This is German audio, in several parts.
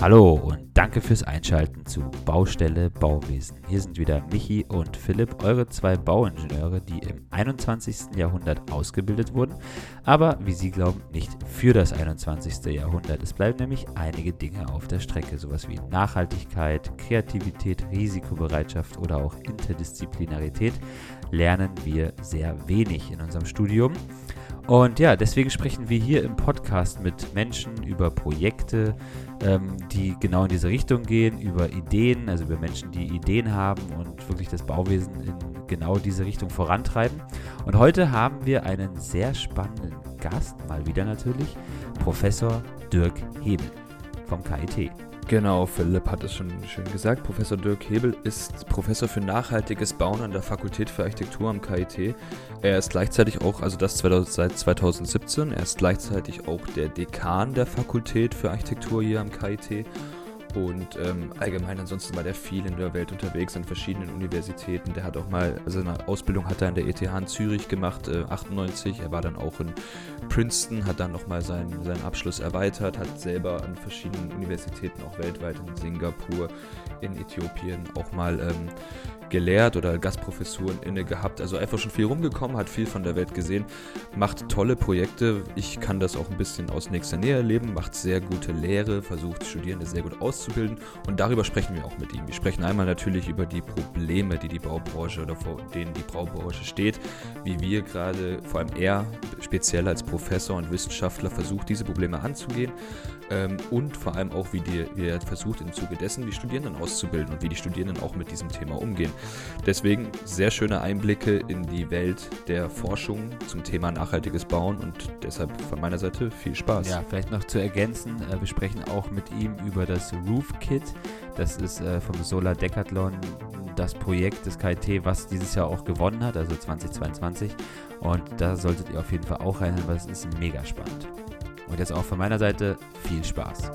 Hallo und danke fürs Einschalten zu Baustelle Bauwesen. Hier sind wieder Michi und Philipp, eure zwei Bauingenieure, die im 21. Jahrhundert ausgebildet wurden, aber wie sie glauben, nicht für das 21. Jahrhundert. Es bleiben nämlich einige Dinge auf der Strecke, sowas wie Nachhaltigkeit, Kreativität, Risikobereitschaft oder auch Interdisziplinarität lernen wir sehr wenig in unserem Studium. Und ja, deswegen sprechen wir hier im Podcast mit Menschen über Projekte, die genau in diese Richtung gehen, über Ideen, also über Menschen, die Ideen haben und wirklich das Bauwesen in genau diese Richtung vorantreiben. Und heute haben wir einen sehr spannenden Gast, mal wieder natürlich, Professor Dirk Hebel vom KIT. Genau, Philipp hat es schon schön gesagt. Professor Dirk Hebel ist Professor für nachhaltiges Bauen an der Fakultät für Architektur am KIT. Er ist gleichzeitig auch, seit 2017, er ist gleichzeitig auch der Dekan der Fakultät für Architektur hier am KIT. Und allgemein ansonsten war der viel in der Welt unterwegs an verschiedenen Universitäten. Der hat auch mal, also eine Ausbildung hat er an der ETH in Zürich gemacht, 98. Er war dann auch in Princeton, hat dann nochmal seinen Abschluss erweitert, hat selber an verschiedenen Universitäten, auch weltweit in Singapur, in Äthiopien auch mal gelehrt oder Gastprofessuren inne gehabt. Also einfach schon viel rumgekommen, hat viel von der Welt gesehen, macht tolle Projekte. Ich kann das auch ein bisschen aus nächster Nähe erleben, macht sehr gute Lehre, versucht Studierende sehr gut auszubilden und darüber sprechen wir auch mit ihm. Wir sprechen einmal natürlich über die Probleme, die Baubranche oder vor denen die Baubranche steht, wie wir gerade, vor allem er speziell als Professor und Wissenschaftler versucht, diese Probleme anzugehen. Und vor allem auch, wie er versucht, im Zuge dessen die Studierenden auszubilden und wie die Studierenden auch mit diesem Thema umgehen. Deswegen sehr schöne Einblicke in die Welt der Forschung zum Thema nachhaltiges Bauen und deshalb von meiner Seite viel Spaß. Ja, vielleicht noch zu ergänzen, wir sprechen auch mit ihm über das Roof Kit. Das ist vom Solar Decathlon das Projekt des KIT, was dieses Jahr auch gewonnen hat, also 2022. Und da solltet ihr auf jeden Fall auch reinhören, weil es ist mega spannend. Und jetzt auch von meiner Seite viel Spaß.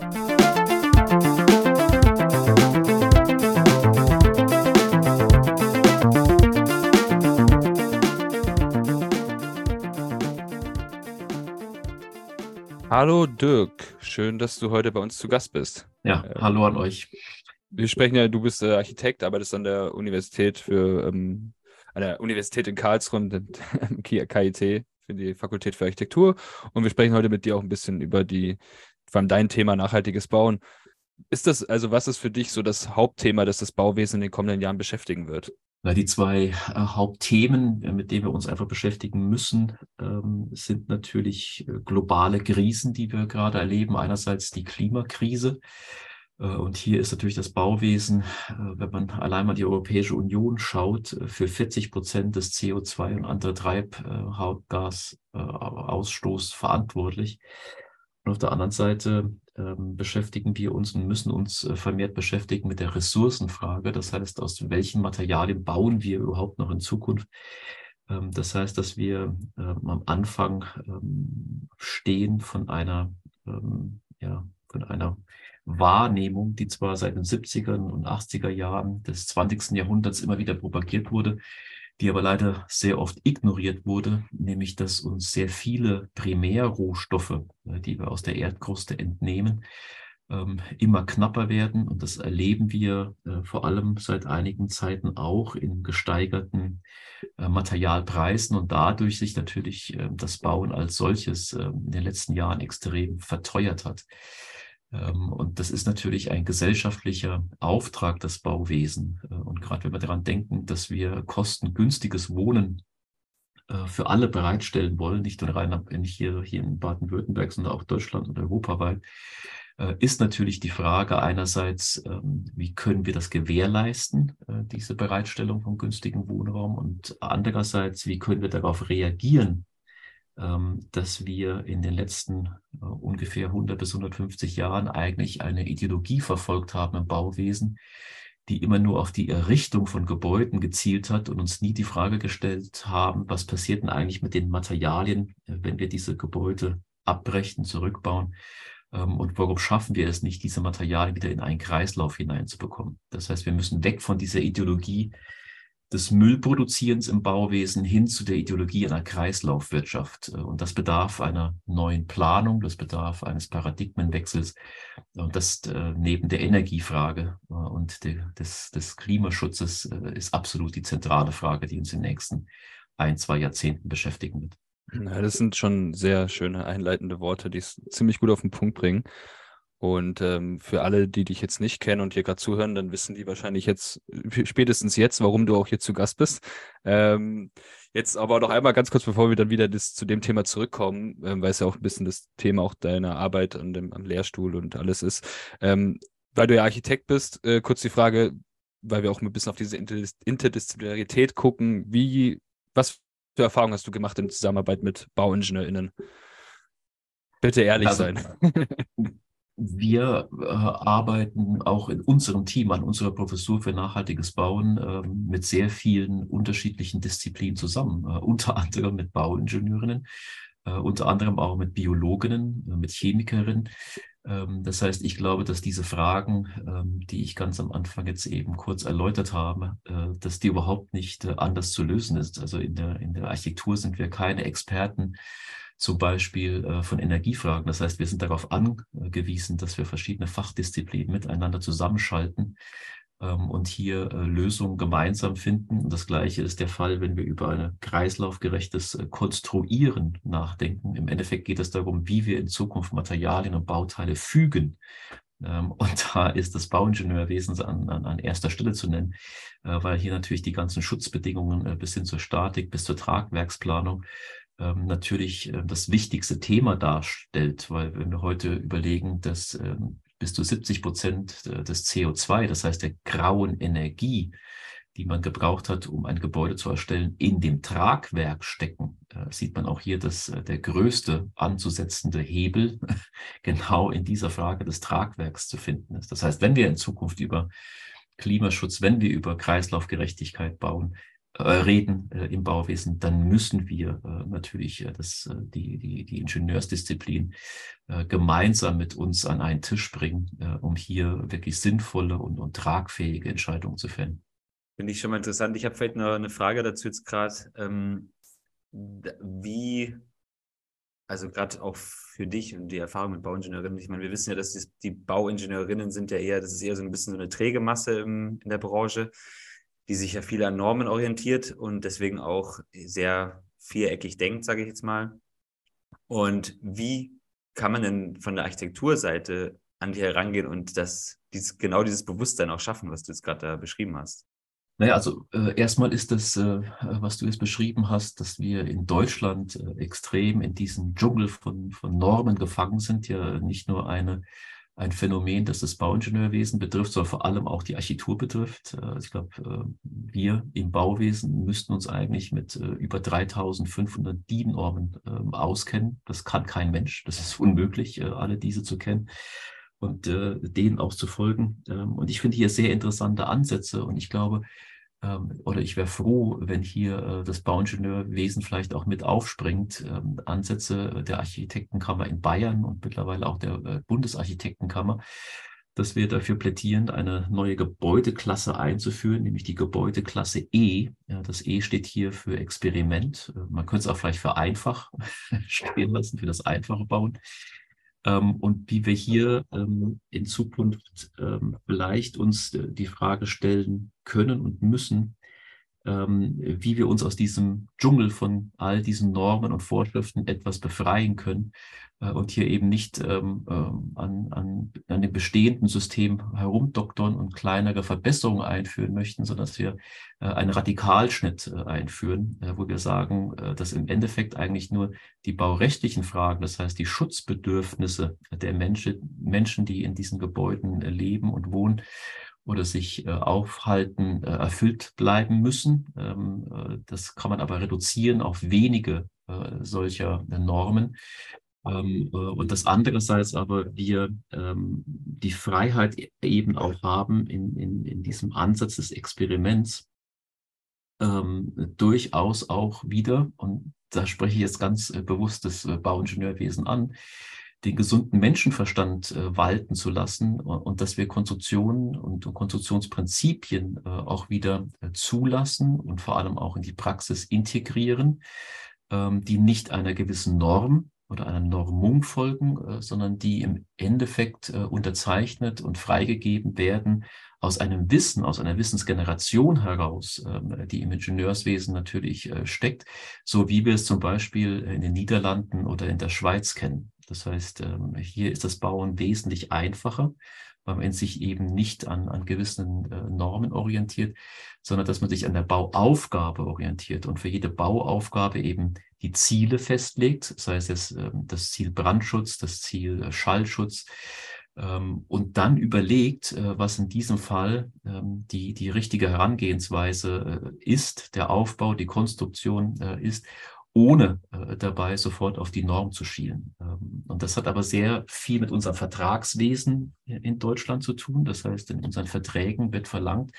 Hallo Dirk, schön, dass du heute bei uns zu Gast bist. Ja, hallo an euch. Wir sprechen ja, du bist Architekt, arbeitest an der Universität an der Universität in Karlsruhe, KIT, für die Fakultät für Architektur. Und wir sprechen heute mit dir auch ein bisschen über vor allem dein Thema nachhaltiges Bauen. Was ist für dich so das Hauptthema, das das Bauwesen in den kommenden Jahren beschäftigen wird? Die zwei Hauptthemen, mit denen wir uns einfach beschäftigen müssen, sind natürlich globale Krisen, die wir gerade erleben. Einerseits die Klimakrise. Und hier ist natürlich das Bauwesen, wenn man allein mal die Europäische Union schaut, für 40% des CO2 und andere Treibhausgasausstoß verantwortlich. Und auf der anderen Seite beschäftigen wir uns und müssen uns vermehrt beschäftigen mit der Ressourcenfrage. Das heißt, aus welchen Materialien bauen wir überhaupt noch in Zukunft? Das heißt, dass wir am Anfang stehen von einer Wahrnehmung, die zwar seit den 70er und 80er Jahren des 20. Jahrhunderts immer wieder propagiert wurde, die aber leider sehr oft ignoriert wurde, nämlich dass uns sehr viele Primärrohstoffe, die wir aus der Erdkruste entnehmen, immer knapper werden. Und das erleben wir vor allem seit einigen Zeiten auch in gesteigerten Materialpreisen und dadurch sich natürlich das Bauen als solches in den letzten Jahren extrem verteuert hat. Und das ist natürlich ein gesellschaftlicher Auftrag, das Bauwesen. Und gerade wenn wir daran denken, dass wir kostengünstiges Wohnen für alle bereitstellen wollen, nicht nur hier in Baden-Württemberg, sondern auch Deutschland und europaweit, ist natürlich die Frage einerseits, wie können wir das gewährleisten, diese Bereitstellung von günstigem Wohnraum, und andererseits, wie können wir darauf reagieren, dass wir in den letzten ungefähr 100 bis 150 Jahren eigentlich eine Ideologie verfolgt haben im Bauwesen, die immer nur auf die Errichtung von Gebäuden gezielt hat und uns nie die Frage gestellt haben, was passiert denn eigentlich mit den Materialien, wenn wir diese Gebäude abbrechen, zurückbauen, und warum schaffen wir es nicht, diese Materialien wieder in einen Kreislauf hineinzubekommen. Das heißt, wir müssen weg von dieser Ideologie des Müllproduzierens im Bauwesen hin zu der Ideologie einer Kreislaufwirtschaft. Und das bedarf einer neuen Planung, das bedarf eines Paradigmenwechsels. Und das neben der Energiefrage und des Klimaschutzes ist absolut die zentrale Frage, die uns in den nächsten 1, 2 Jahrzehnten beschäftigen wird. Ja, das sind schon sehr schöne einleitende Worte, die es ziemlich gut auf den Punkt bringen. Und für alle, die dich jetzt nicht kennen und hier gerade zuhören, dann wissen die wahrscheinlich jetzt, spätestens jetzt, warum du auch hier zu Gast bist. Jetzt aber noch einmal ganz kurz, bevor wir dann wieder zu dem Thema zurückkommen, weil es ja auch ein bisschen das Thema auch deiner Arbeit am Lehrstuhl und alles ist. Weil du ja Architekt bist, kurz die Frage, weil wir auch ein bisschen auf diese Interdisziplinarität gucken, was für Erfahrungen hast du gemacht in Zusammenarbeit mit BauingenieurInnen? Bitte ehrlich sein. Wir arbeiten auch in unserem Team an unserer Professur für nachhaltiges Bauen mit sehr vielen unterschiedlichen Disziplinen zusammen, unter anderem mit Bauingenieurinnen, unter anderem auch mit Biologinnen, mit Chemikerinnen. Das heißt, ich glaube, dass diese Fragen, die ich ganz am Anfang jetzt eben kurz erläutert habe, dass die überhaupt nicht anders zu lösen ist. Also in der Architektur sind wir keine Experten, zum Beispiel von Energiefragen. Das heißt, wir sind darauf angewiesen, dass wir verschiedene Fachdisziplinen miteinander zusammenschalten und hier Lösungen gemeinsam finden. Und das Gleiche ist der Fall, wenn wir über ein kreislaufgerechtes Konstruieren nachdenken. Im Endeffekt geht es darum, wie wir in Zukunft Materialien und Bauteile fügen. Und da ist das Bauingenieurwesen an erster Stelle zu nennen, weil hier natürlich die ganzen Schutzbedingungen bis hin zur Statik, bis zur Tragwerksplanung natürlich das wichtigste Thema darstellt, weil wenn wir heute überlegen, dass bis zu 70% des CO2, das heißt der grauen Energie, die man gebraucht hat, um ein Gebäude zu erstellen, in dem Tragwerk stecken, sieht man auch hier, dass der größte anzusetzende Hebel genau in dieser Frage des Tragwerks zu finden ist. Das heißt, wenn wir in Zukunft über Klimaschutz, wenn wir über Kreislaufgerechtigkeit reden im Bauwesen, dann müssen wir natürlich die Ingenieursdisziplin gemeinsam mit uns an einen Tisch bringen, um hier wirklich sinnvolle und tragfähige Entscheidungen zu fällen. Finde ich schon mal interessant. Ich habe vielleicht noch eine Frage dazu jetzt gerade. Also gerade auch für dich und die Erfahrung mit Bauingenieurinnen, ich meine, wir wissen ja, dass die Bauingenieurinnen sind ja eher, das ist eher so ein bisschen so eine träge Masse in der Branche, die sich ja viel an Normen orientiert und deswegen auch sehr viereckig denkt, sage ich jetzt mal. Und wie kann man denn von der Architekturseite an die herangehen und genau dieses Bewusstsein auch schaffen, was du jetzt gerade da beschrieben hast? Naja, also erstmal ist das, was du jetzt beschrieben hast, dass wir in Deutschland extrem in diesem Dschungel von Normen gefangen sind, ja nicht nur ein Phänomen, das das Bauingenieurwesen betrifft, sondern vor allem auch die Architektur betrifft. Ich glaube, wir im Bauwesen müssten uns eigentlich mit über 3.500 DIN-Normen auskennen. Das kann kein Mensch. Das ist unmöglich, alle diese zu kennen und denen auch zu folgen. Und ich finde hier sehr interessante Ansätze und ich glaube, oder ich wäre froh, wenn hier das Bauingenieurwesen vielleicht auch mit aufspringt. Ansätze der Architektenkammer in Bayern und mittlerweile auch der Bundesarchitektenkammer, dass wir dafür plädieren, eine neue Gebäudeklasse einzuführen, nämlich die Gebäudeklasse E. Ja, das E steht hier für Experiment. Man könnte es auch vielleicht für einfach stehen lassen, für das einfache Bauen. Und wie wir hier in Zukunft vielleicht uns die Frage stellen können und müssen, wie wir uns aus diesem Dschungel von all diesen Normen und Vorschriften etwas befreien können und hier eben nicht an dem bestehenden System herumdoktern und kleinere Verbesserungen einführen möchten, sondern dass wir einen Radikalschnitt einführen, wo wir sagen, dass im Endeffekt eigentlich nur die baurechtlichen Fragen, das heißt die Schutzbedürfnisse der Menschen, die in diesen Gebäuden leben und wohnen, oder sich aufhalten, erfüllt bleiben müssen. Das kann man aber reduzieren auf wenige solcher Normen. Und das andererseits aber wir die Freiheit eben auch haben, in diesem Ansatz des Experiments durchaus auch wieder, und da spreche ich jetzt ganz bewusst das Bauingenieurwesen an, den gesunden Menschenverstand walten zu lassen und dass wir Konstruktionen und Konstruktionsprinzipien auch wieder zulassen und vor allem auch in die Praxis integrieren, die nicht einer gewissen Norm oder einer Normung folgen, sondern die im Endeffekt unterzeichnet und freigegeben werden aus einem Wissen, aus einer Wissensgeneration heraus, die im Ingenieurswesen natürlich steckt, so wie wir es zum Beispiel in den Niederlanden oder in der Schweiz kennen. Das heißt, hier ist das Bauen wesentlich einfacher, weil man sich eben nicht an gewissen Normen orientiert, sondern dass man sich an der Bauaufgabe orientiert und für jede Bauaufgabe eben die Ziele festlegt, sei es jetzt das Ziel Brandschutz, das Ziel Schallschutz, und dann überlegt, was in diesem Fall die richtige Herangehensweise ist, der Aufbau, die Konstruktion ist, ohne dabei sofort auf die Norm zu schielen. Und das hat aber sehr viel mit unserem Vertragswesen in Deutschland zu tun. Das heißt, in unseren Verträgen wird verlangt,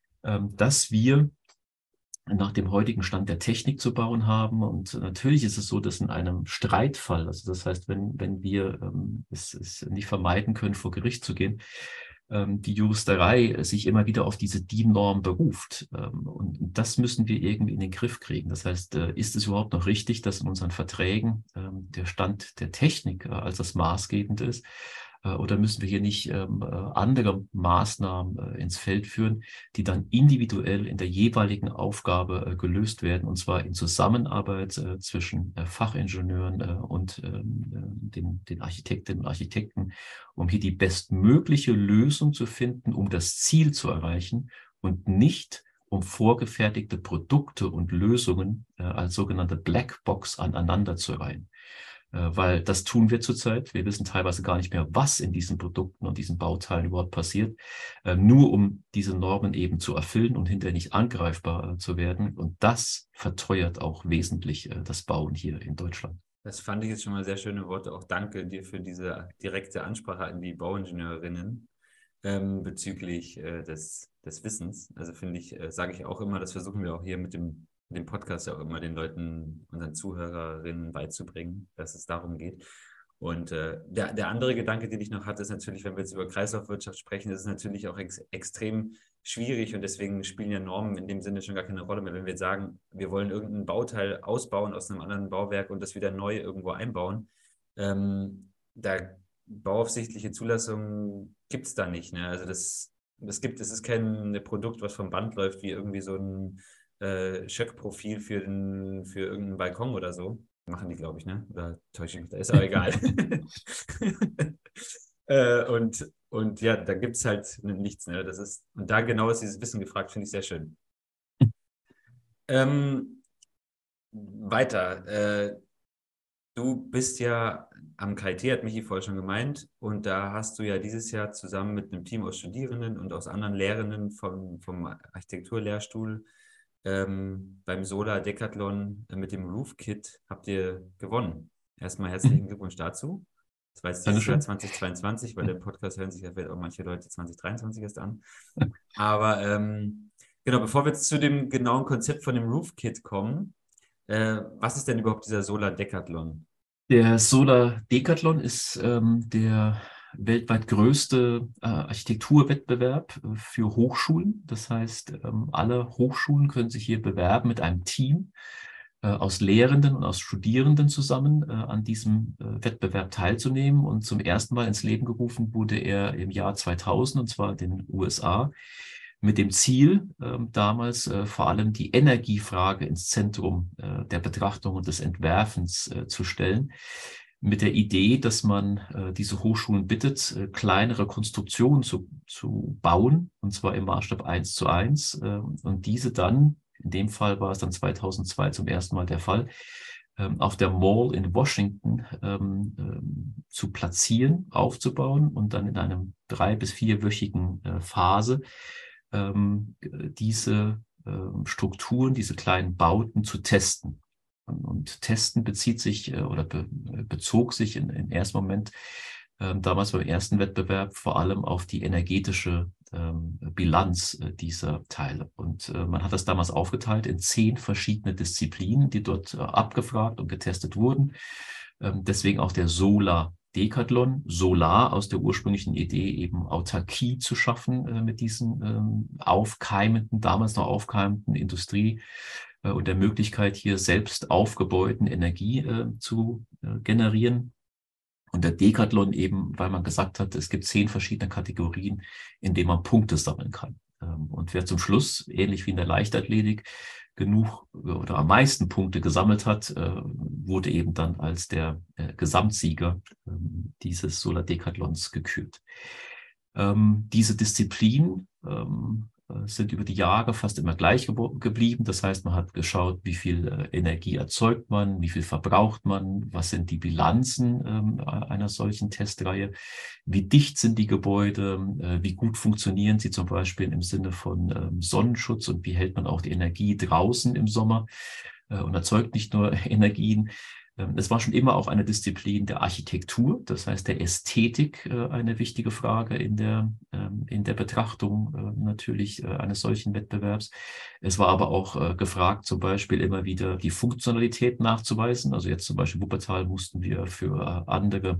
dass wir nach dem heutigen Stand der Technik zu bauen haben. Und natürlich ist es so, dass in einem Streitfall, also das heißt, wenn wir es nicht vermeiden können, vor Gericht zu gehen, die Juristerei sich immer wieder auf diese DIN-Norm beruft. Und das müssen wir irgendwie in den Griff kriegen. Das heißt, ist es überhaupt noch richtig, dass in unseren Verträgen der Stand der Technik als das Maßgebende ist? Oder müssen wir hier nicht andere Maßnahmen ins Feld führen, die dann individuell in der jeweiligen Aufgabe gelöst werden, und zwar in Zusammenarbeit zwischen Fachingenieuren und den Architektinnen und Architekten, um hier die bestmögliche Lösung zu finden, um das Ziel zu erreichen und nicht um vorgefertigte Produkte und Lösungen als sogenannte Blackbox aneinander zu reihen. Weil das tun wir zurzeit. Wir wissen teilweise gar nicht mehr, was in diesen Produkten und diesen Bauteilen überhaupt passiert, nur um diese Normen eben zu erfüllen und hinterher nicht angreifbar zu werden. Und das verteuert auch wesentlich das Bauen hier in Deutschland. Das fand ich jetzt schon mal sehr schöne Worte. Auch danke dir für diese direkte Ansprache an die Bauingenieurinnen bezüglich des Wissens. Also finde ich, sage ich auch immer, das versuchen wir auch hier mit dem Podcast ja auch immer den Leuten, unseren Zuhörerinnen beizubringen, dass es darum geht. Und der andere Gedanke, den ich noch hatte, ist natürlich, wenn wir jetzt über Kreislaufwirtschaft sprechen, ist es natürlich auch extrem schwierig und deswegen spielen ja Normen in dem Sinne schon gar keine Rolle mehr. Wenn wir jetzt sagen, wir wollen irgendein Bauteil ausbauen aus einem anderen Bauwerk und das wieder neu irgendwo einbauen, da bauaufsichtliche Zulassungen gibt es da nicht. Ne? Also es ist kein Produkt, was vom Band läuft, wie irgendwie so ein Schöckprofil für irgendeinen Balkon oder so. Machen die, glaube ich, ne? Oder täusche ich mich? Da ist aber egal. Und ja, da gibt es halt nichts. Ne? Und da genau ist dieses Wissen gefragt, finde ich sehr schön. Weiter. Du bist ja am KIT, hat Michi vorher schon gemeint, und da hast du ja dieses Jahr zusammen mit einem Team aus Studierenden und aus anderen Lehrenden vom Architekturlehrstuhl beim Solar Decathlon mit dem Roof Kit habt ihr gewonnen. Erstmal herzlichen Glückwunsch dazu. Das war jetzt dieses Jahr 2022, weil der Podcast hören sich ja vielleicht auch manche Leute 2023 erst an. Aber genau, bevor wir jetzt zu dem genauen Konzept von dem Roof Kit kommen, was ist denn überhaupt dieser Solar Decathlon? Der Solar Decathlon ist der weltweit größte Architekturwettbewerb für Hochschulen. Das heißt, alle Hochschulen können sich hier bewerben mit einem Team aus Lehrenden und aus Studierenden zusammen an diesem Wettbewerb teilzunehmen. Und zum ersten Mal ins Leben gerufen wurde er im Jahr 2000, und zwar in den USA, mit dem Ziel, damals vor allem die Energiefrage ins Zentrum der Betrachtung und des Entwerfens zu stellen, mit der Idee, dass man diese Hochschulen bittet, kleinere Konstruktionen zu bauen, und zwar im Maßstab 1:1, und diese dann, in dem Fall war es dann 2002 zum ersten Mal der Fall, auf der Mall in Washington zu platzieren, aufzubauen und dann in einem 3- bis 4-wöchigen Phase diese Strukturen, diese kleinen Bauten zu testen. Und testen bezieht sich bezog sich im ersten Moment damals beim ersten Wettbewerb vor allem auf die energetische Bilanz dieser Teile. Und man hat das damals aufgeteilt in 10 verschiedene Disziplinen, die dort abgefragt und getestet wurden. Deswegen auch der Solar Decathlon, Solar aus der ursprünglichen Idee, eben Autarkie zu schaffen mit diesen damals noch aufkeimenden Industrie und der Möglichkeit, hier selbst aufgebeuten Energie zu generieren. Und der Decathlon eben, weil man gesagt hat, es gibt 10 verschiedene Kategorien, in denen man Punkte sammeln kann. Und wer zum Schluss, ähnlich wie in der Leichtathletik, genug oder am meisten Punkte gesammelt hat, wurde eben dann als der Gesamtsieger dieses Solar-Decathlons gekürt. Diese Disziplinen sind über die Jahre fast immer gleich geblieben. Das heißt, man hat geschaut, wie viel Energie erzeugt man, wie viel verbraucht man, was sind die Bilanzen einer solchen Testreihe, wie dicht sind die Gebäude, wie gut funktionieren sie zum Beispiel im Sinne von Sonnenschutz und wie hält man auch die Energie draußen im Sommer und erzeugt nicht nur Energien. Es war schon immer auch eine Disziplin der Architektur, das heißt der Ästhetik, eine wichtige Frage in der Betrachtung natürlich eines solchen Wettbewerbs. Es war aber auch gefragt, zum Beispiel immer wieder die Funktionalität nachzuweisen. Also jetzt zum Beispiel Wuppertal mussten wir für andere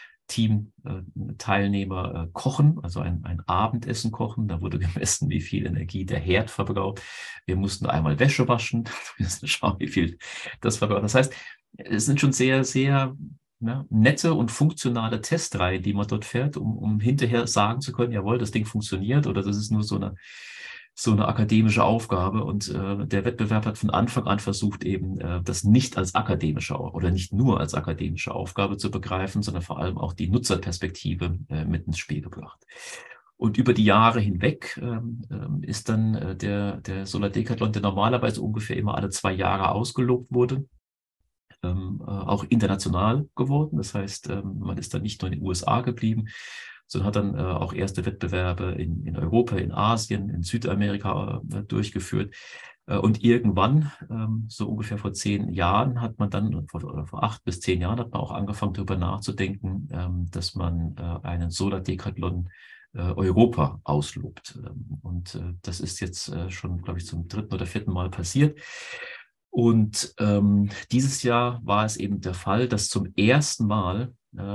Teamteilnehmer kochen, also ein Abendessen kochen. Da wurde gemessen, wie viel Energie der Herd verbraucht. Wir mussten einmal Wäsche waschen, wir mussten schauen, wie viel das verbraucht. Das heißt, es sind schon sehr, sehr nette und funktionale Testreihen, die man dort fährt, um hinterher sagen zu können, jawohl, das Ding funktioniert oder das ist nur so eine akademische Aufgabe. Und der Wettbewerb hat von Anfang an versucht, eben das nicht als akademische oder nicht nur als akademische Aufgabe zu begreifen, sondern vor allem auch die Nutzerperspektive mit ins Spiel gebracht. Und über die Jahre hinweg ist dann der Solar Decathlon, der normalerweise ungefähr immer alle 2 Jahre ausgelobt wurde, auch international geworden. Das heißt, man ist dann nicht nur in den USA geblieben, sondern hat dann auch erste Wettbewerbe in Europa, in Asien, in Südamerika durchgeführt. Und irgendwann, so ungefähr vor 10 Jahren, hat man dann, vor 8 bis 10 Jahren, hat man auch angefangen, darüber nachzudenken, dass man einen Solar-Decathlon Europa auslobt. Und das ist jetzt schon, glaube ich, zum 3. oder 4. Mal passiert. Und dieses Jahr war es eben der Fall, dass zum ersten Mal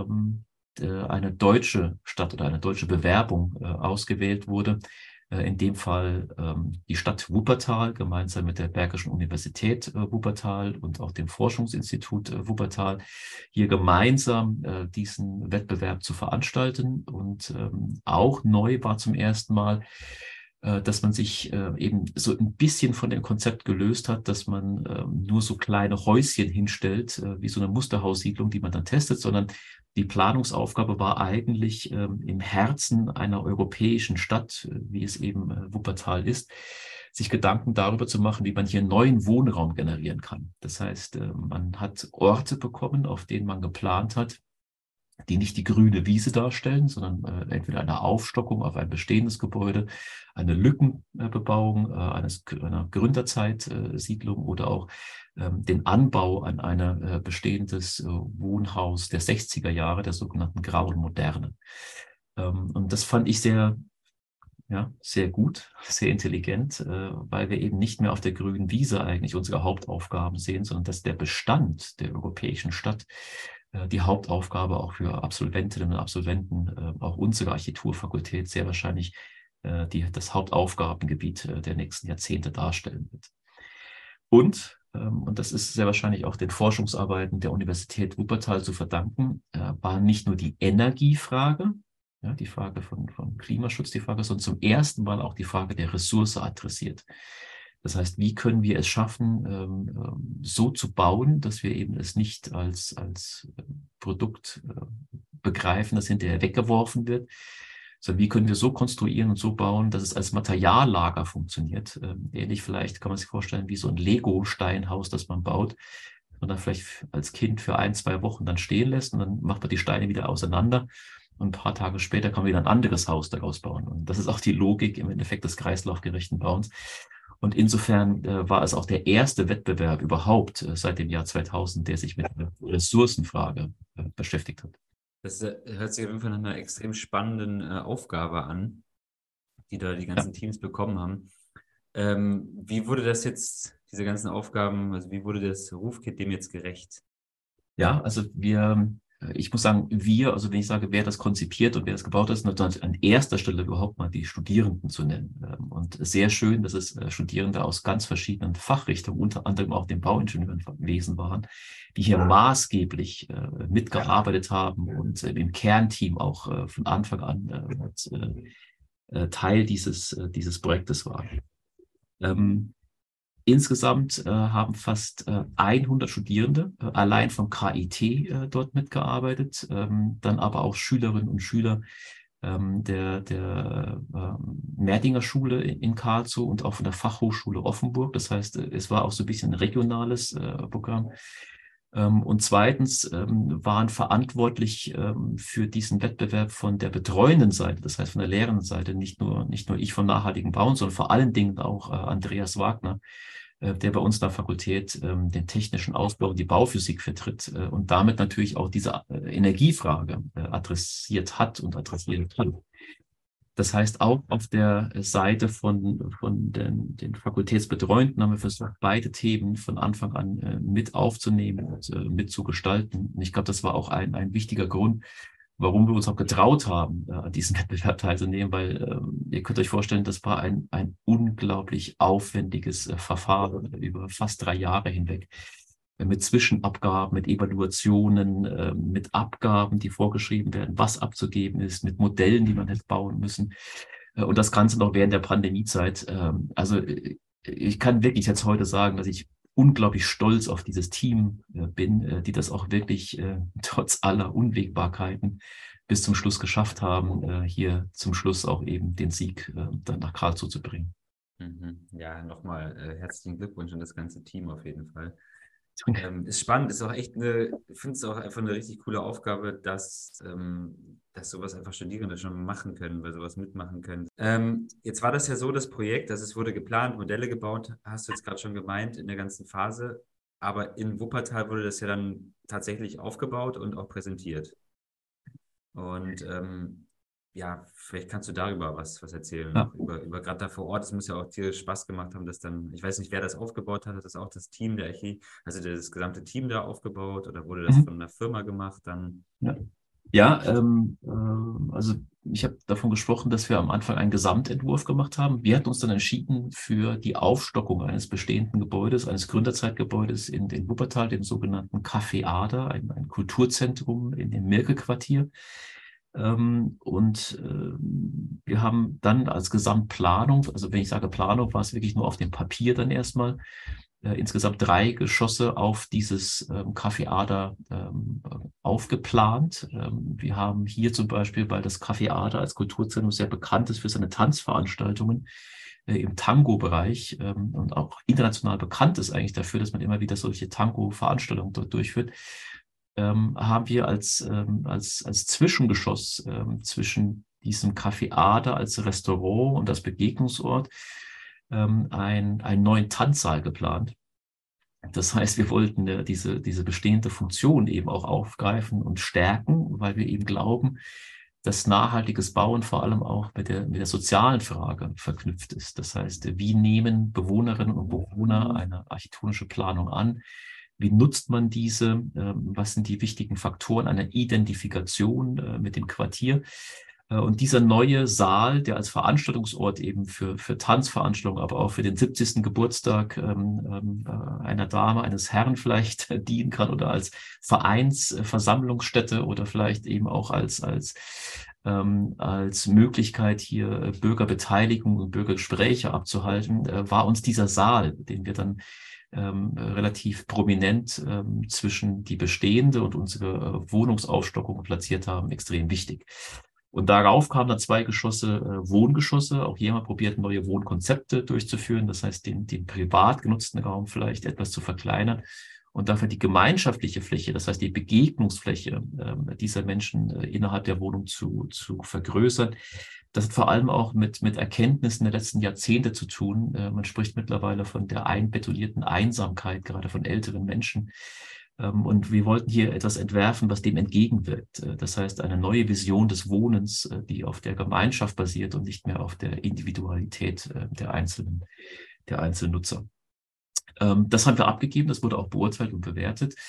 eine deutsche Stadt oder eine deutsche Bewerbung ausgewählt wurde. In dem Fall die Stadt Wuppertal gemeinsam mit der Bergischen Universität Wuppertal und auch dem Forschungsinstitut Wuppertal hier gemeinsam diesen Wettbewerb zu veranstalten. Und auch neu war zum ersten Mal, dass man sich eben so ein bisschen von dem Konzept gelöst hat, dass man nur so kleine Häuschen hinstellt, wie so eine Musterhaussiedlung, die man dann testet, sondern die Planungsaufgabe war eigentlich im Herzen einer europäischen Stadt, wie es eben Wuppertal ist, sich Gedanken darüber zu machen, wie man hier neuen Wohnraum generieren kann. Das heißt, man hat Orte bekommen, auf denen man geplant hat, die nicht die grüne Wiese darstellen, sondern entweder eine Aufstockung auf ein bestehendes Gebäude, eine Lückenbebauung einer Gründerzeitsiedlung oder auch den Anbau an ein bestehendes Wohnhaus der 60er Jahre, der sogenannten Grauen Moderne. Und das fand ich sehr gut, sehr intelligent, weil wir eben nicht mehr auf der grünen Wiese eigentlich unsere Hauptaufgaben sehen, sondern dass der Bestand der europäischen Stadt die Hauptaufgabe auch für Absolventinnen und Absolventen, auch unserer Architekturfakultät sehr wahrscheinlich das Hauptaufgabengebiet der nächsten Jahrzehnte darstellen wird. Und das ist sehr wahrscheinlich auch den Forschungsarbeiten der Universität Wuppertal zu verdanken, war nicht nur die Energiefrage, ja, die Frage von Klimaschutz, die Frage, sondern zum ersten Mal auch die Frage der Ressource adressiert. Das heißt, wie können wir es schaffen, so zu bauen, dass wir eben es nicht als Produkt begreifen, das hinterher weggeworfen wird, sondern wie können wir so konstruieren und so bauen, dass es als Materiallager funktioniert. Ähnlich vielleicht kann man sich vorstellen, wie so ein Lego-Steinhaus, das man baut und dann vielleicht als Kind für 1, 2 Wochen dann stehen lässt und dann macht man die Steine wieder auseinander. Und ein paar Tage später kann man wieder ein anderes Haus daraus bauen. Und das ist auch die Logik im Endeffekt des kreislaufgerechten Bauens. Und insofern war es auch der erste Wettbewerb überhaupt seit dem Jahr 2000, der sich mit der Ressourcenfrage beschäftigt hat. Das hört sich auf jeden Fall nach einer extrem spannenden Aufgabe an, die da die ganzen Teams bekommen haben. Wie wurde das jetzt, diese ganzen Aufgaben, also wie wurde das Rufkit dem jetzt gerecht? Ja, also wir Ich muss sagen, also wenn ich sage, wer das konzipiert und wer das gebaut hat, ist natürlich an erster Stelle überhaupt mal die Studierenden zu nennen. Und sehr schön, dass es Studierende aus ganz verschiedenen Fachrichtungen, unter anderem auch dem Bauingenieurwesen waren, die hier maßgeblich mitgearbeitet haben und im Kernteam auch von Anfang an Teil dieses Projektes waren. Insgesamt haben fast 100 Studierende allein vom KIT dort mitgearbeitet, dann aber auch Schülerinnen und Schüler der Merdinger Schule in Karlsruhe und auch von der Fachhochschule Offenburg. Das heißt, es war auch so ein bisschen ein regionales Programm. Und zweitens waren verantwortlich für diesen Wettbewerb von der betreuenden Seite, das heißt von der lehrenden Seite, nicht nur ich vom nachhaltigen Bauen, sondern vor allen Dingen auch Andreas Wagner, der bei uns in der Fakultät den technischen Ausbau und die Bauphysik vertritt und damit natürlich auch diese Energiefrage adressiert hat und adressiert hat. Das heißt, auch auf der Seite von den Fakultätsbetreuenden haben wir versucht, beide Themen von Anfang an mit aufzunehmen und mit zu gestalten. Und ich glaube, das war auch ein wichtiger Grund, warum wir uns auch getraut haben, an diesem Wettbewerb teilzunehmen, weil ihr könnt euch vorstellen, das war ein unglaublich aufwendiges Verfahren über fast 3 Jahre hinweg. Mit Zwischenabgaben, mit Evaluationen, mit Abgaben, die vorgeschrieben werden, was abzugeben ist, mit Modellen, die man hätte bauen müssen. Und das Ganze noch während der Pandemiezeit. Also ich kann wirklich jetzt heute sagen, dass ich unglaublich stolz auf dieses Team bin, die das auch wirklich trotz aller Unwägbarkeiten bis zum Schluss geschafft haben, hier zum Schluss auch eben den Sieg dann nach Karlsruhe zu bringen. Ja, nochmal herzlichen Glückwunsch an das ganze Team auf jeden Fall. Ist spannend, ist auch echt ich finde es auch einfach eine richtig coole Aufgabe, dass sowas einfach Studierende schon machen können, weil sowas mitmachen können. Jetzt war das ja so, das Projekt, dass es wurde geplant, Modelle gebaut, hast du jetzt gerade schon gemeint, in der ganzen Phase, aber in Wuppertal wurde das ja dann tatsächlich aufgebaut und auch präsentiert. Und ja, vielleicht kannst du darüber was erzählen, Ja. über gerade da vor Ort. Es muss ja auch tierisch Spaß gemacht haben, dass dann, ich weiß nicht, wer das aufgebaut hat das auch das Team der Archie, also das gesamte Team da aufgebaut oder wurde das von einer Firma gemacht dann? Ja, also ich habe davon gesprochen, dass wir am Anfang einen Gesamtentwurf gemacht haben. Wir hatten uns dann entschieden für die Aufstockung eines bestehenden Gebäudes, eines Gründerzeitgebäudes in Wuppertal, dem sogenannten Café Ader, ein Kulturzentrum in dem Mirke-Quartier. Wir haben dann als Gesamtplanung, also wenn ich sage Planung, war es wirklich nur auf dem Papier dann erstmal, insgesamt 3 Geschosse auf dieses Café Ader aufgeplant. Wir haben hier zum Beispiel, weil das Café Ader als Kulturzentrum sehr bekannt ist für seine Tanzveranstaltungen im Tango-Bereich und auch international bekannt ist eigentlich dafür, dass man immer wieder solche Tango-Veranstaltungen dort durchführt, haben wir als Zwischengeschoss zwischen diesem Café Ader als Restaurant und als Begegnungsort einen neuen Tanzsaal geplant. Das heißt, wir wollten diese bestehende Funktion eben auch aufgreifen und stärken, weil wir eben glauben, dass nachhaltiges Bauen vor allem auch mit der sozialen Frage verknüpft ist. Das heißt, wie nehmen Bewohnerinnen und Bewohner eine architektonische Planung an? Wie nutzt man diese? Was sind die wichtigen Faktoren einer Identifikation mit dem Quartier? Und dieser neue Saal, der als Veranstaltungsort eben für Tanzveranstaltungen, aber auch für den 70. Geburtstag einer Dame, eines Herrn vielleicht dienen kann oder als Vereinsversammlungsstätte oder vielleicht eben auch als Möglichkeit, hier Bürgerbeteiligung und Bürgergespräche abzuhalten, war uns dieser Saal, den wir dann relativ prominent zwischen die bestehende und unsere Wohnungsaufstockung platziert haben, extrem wichtig. Und darauf kamen dann 2 Geschosse, Wohngeschosse. Auch hier haben wir probiert, neue Wohnkonzepte durchzuführen. Das heißt, den privat genutzten Raum vielleicht etwas zu verkleinern und dafür die gemeinschaftliche Fläche, das heißt die Begegnungsfläche dieser Menschen innerhalb der Wohnung zu vergrößern. Das hat vor allem auch mit Erkenntnissen der letzten Jahrzehnte zu tun. Man spricht mittlerweile von der einbetonierten Einsamkeit, gerade von älteren Menschen. Und wir wollten hier etwas entwerfen, was dem entgegenwirkt. Das heißt, eine neue Vision des Wohnens, die auf der Gemeinschaft basiert und nicht mehr auf der Individualität der einzelnen Nutzer. Das haben wir abgegeben, das wurde auch beurteilt und bewertet.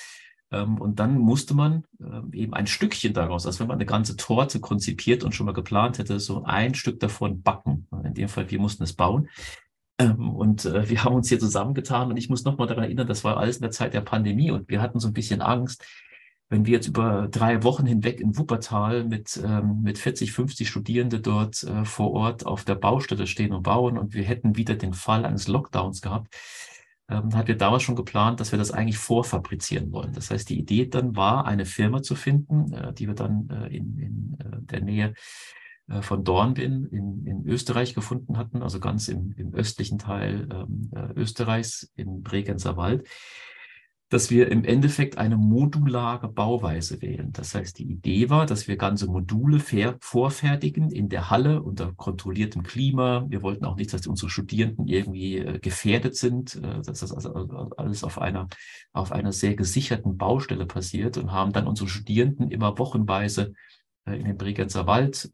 Und dann musste man eben ein Stückchen daraus, als wenn man eine ganze Torte konzipiert und schon mal geplant hätte, so ein Stück davon backen. In dem Fall, wir mussten es bauen. Und wir haben uns hier zusammengetan und ich muss nochmal daran erinnern, das war alles in der Zeit der Pandemie und wir hatten so ein bisschen Angst, wenn wir jetzt über 3 Wochen hinweg in Wuppertal mit 40, 50 Studierende dort vor Ort auf der Baustelle stehen und bauen und wir hätten wieder den Fall eines Lockdowns gehabt, hatten wir damals schon geplant, dass wir das eigentlich vorfabrizieren wollen. Das heißt, die Idee dann war, eine Firma zu finden, die wir dann in der Nähe von Dornbirn in Österreich gefunden hatten, also ganz im östlichen Teil Österreichs, im Bregenzer Wald, dass wir im Endeffekt eine modulare Bauweise wählen. Das heißt, die Idee war, dass wir ganze Module vorfertigen in der Halle unter kontrolliertem Klima. Wir wollten auch nicht, dass unsere Studierenden irgendwie gefährdet sind, dass das also alles auf einer sehr gesicherten Baustelle passiert und haben dann unsere Studierenden immer wochenweise in den Bregenzer Wald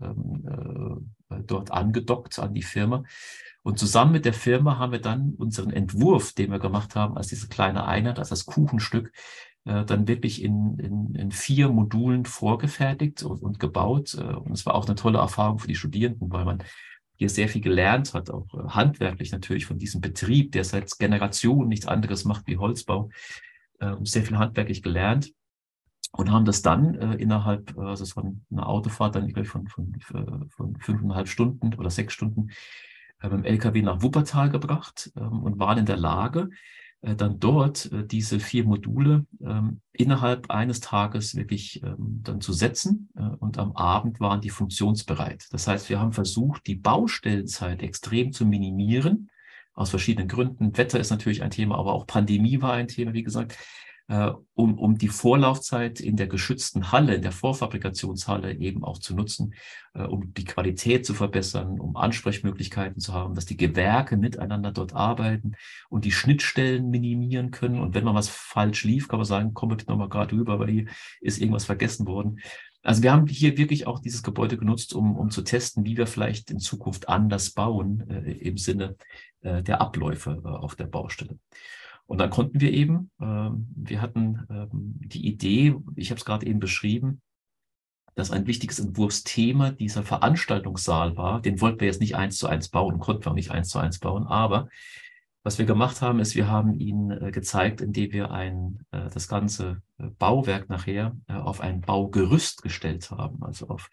dort angedockt an die Firma. Und zusammen mit der Firma haben wir dann unseren Entwurf, den wir gemacht haben, als diese kleine Einheit, als das Kuchenstück, dann wirklich in 4 Modulen vorgefertigt und gebaut. Und es war auch eine tolle Erfahrung für die Studierenden, weil man hier sehr viel gelernt hat, auch handwerklich natürlich von diesem Betrieb, der seit Generationen nichts anderes macht wie Holzbau, sehr viel handwerklich gelernt. Und haben das dann innerhalb, also es war eine Autofahrt dann, ich glaube, von 5,5 Stunden oder 6 Stunden mit dem LKW nach Wuppertal gebracht und waren in der Lage, dann dort diese 4 Module innerhalb eines Tages wirklich dann zu setzen. Und am Abend waren die funktionsbereit. Das heißt, wir haben versucht, die Baustellenzeit extrem zu minimieren, aus verschiedenen Gründen. Wetter ist natürlich ein Thema, aber auch Pandemie war ein Thema, wie gesagt. Um die Vorlaufzeit in der geschützten Halle, in der Vorfabrikationshalle eben auch zu nutzen, um die Qualität zu verbessern, um Ansprechmöglichkeiten zu haben, dass die Gewerke miteinander dort arbeiten und die Schnittstellen minimieren können. Und wenn mal was falsch lief, kann man sagen, komm bitte nochmal gerade rüber, weil hier ist irgendwas vergessen worden. Also wir haben hier wirklich auch dieses Gebäude genutzt, um zu testen, wie wir vielleicht in Zukunft anders bauen, im Sinne der Abläufe auf der Baustelle. Und dann konnten wir eben, wir hatten die Idee, ich habe es gerade eben beschrieben, dass ein wichtiges Entwurfsthema dieser Veranstaltungssaal war. Den wollten wir jetzt nicht 1:1 bauen, konnten wir auch nicht 1:1 bauen, aber was wir gemacht haben, ist, wir haben ihn gezeigt, indem wir das ganze Bauwerk nachher auf ein Baugerüst gestellt haben, also auf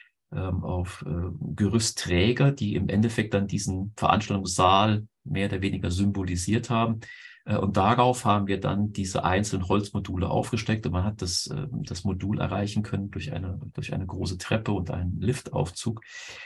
Gerüstträger, die im Endeffekt dann diesen Veranstaltungssaal mehr oder weniger symbolisiert haben. Und darauf haben wir dann diese einzelnen Holzmodule aufgesteckt und man hat das Modul erreichen können durch eine große Treppe und einen Liftaufzug,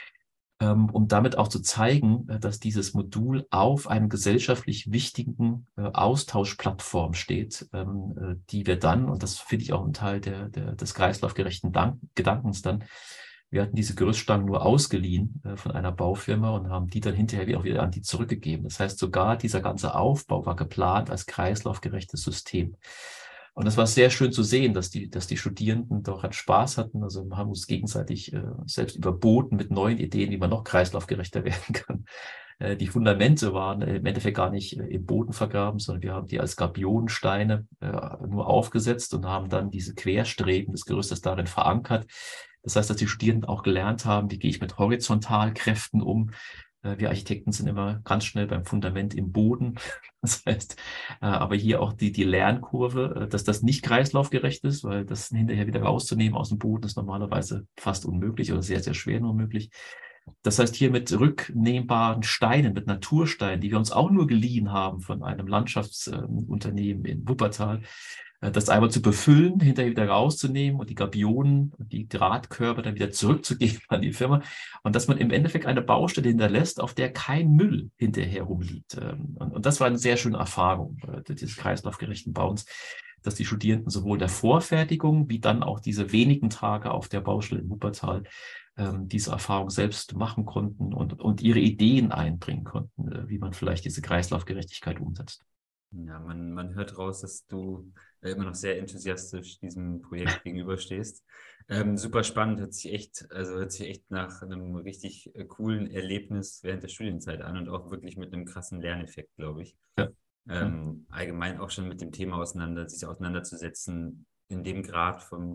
um damit auch zu zeigen, dass dieses Modul auf einem gesellschaftlich wichtigen Austauschplattform steht, die wir dann, und das finde ich auch ein Teil des kreislaufgerechten Gedankens dann, wir hatten diese Gerüststangen nur ausgeliehen von einer Baufirma und haben die dann hinterher auch wieder an die zurückgegeben. Das heißt, sogar dieser ganze Aufbau war geplant als kreislaufgerechtes System. Und das war sehr schön zu sehen, dass die Studierenden doch einen Spaß hatten. Also wir haben uns gegenseitig selbst überboten mit neuen Ideen, wie man noch kreislaufgerechter werden kann. Die Fundamente waren im Endeffekt gar nicht im Boden vergraben, sondern wir haben die als Gabionensteine nur aufgesetzt und haben dann diese Querstreben des Gerüstes darin verankert. Das heißt, dass die Studierenden auch gelernt haben, wie gehe ich mit Horizontalkräften um. Wir Architekten sind immer ganz schnell beim Fundament im Boden. Das heißt, aber hier auch die Lernkurve, dass das nicht kreislaufgerecht ist, weil das hinterher wieder rauszunehmen aus dem Boden ist normalerweise fast unmöglich oder sehr, sehr schwer nur möglich. Das heißt, hier mit rücknehmbaren Steinen, mit Natursteinen, die wir uns auch nur geliehen haben von einem Landschaftsunternehmen in Wuppertal, das einmal zu befüllen, hinterher wieder rauszunehmen und die Gabionen und die Drahtkörper dann wieder zurückzugeben an die Firma und dass man im Endeffekt eine Baustelle hinterlässt, auf der kein Müll hinterher rumliegt. Und das war eine sehr schöne Erfahrung dieses kreislaufgerechten Bauens, dass die Studierenden sowohl der Vorfertigung wie dann auch diese wenigen Tage auf der Baustelle in Wuppertal diese Erfahrung selbst machen konnten und ihre Ideen einbringen konnten, wie man vielleicht diese Kreislaufgerechtigkeit umsetzt. Ja, man hört raus, dass du immer noch sehr enthusiastisch diesem Projekt gegenüberstehst. Super spannend, hört sich echt nach einem richtig coolen Erlebnis während der Studienzeit an und auch wirklich mit einem krassen Lerneffekt, glaube ich. Ja. allgemein auch schon mit dem Thema sich auseinanderzusetzen, in dem Grad vom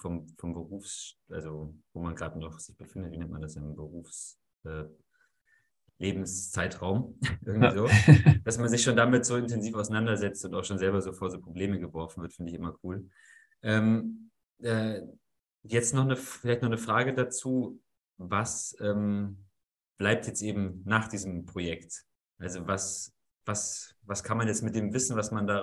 also wo man gerade noch sich befindet, wie nennt man das im Lebenszeitraum, irgendwie Ja. so, dass man sich schon damit so intensiv auseinandersetzt und auch schon selber so vor so Probleme geworfen wird, finde ich immer cool. Jetzt vielleicht noch eine Frage dazu, was bleibt jetzt eben nach diesem Projekt? Also was kann man jetzt mit dem Wissen, was man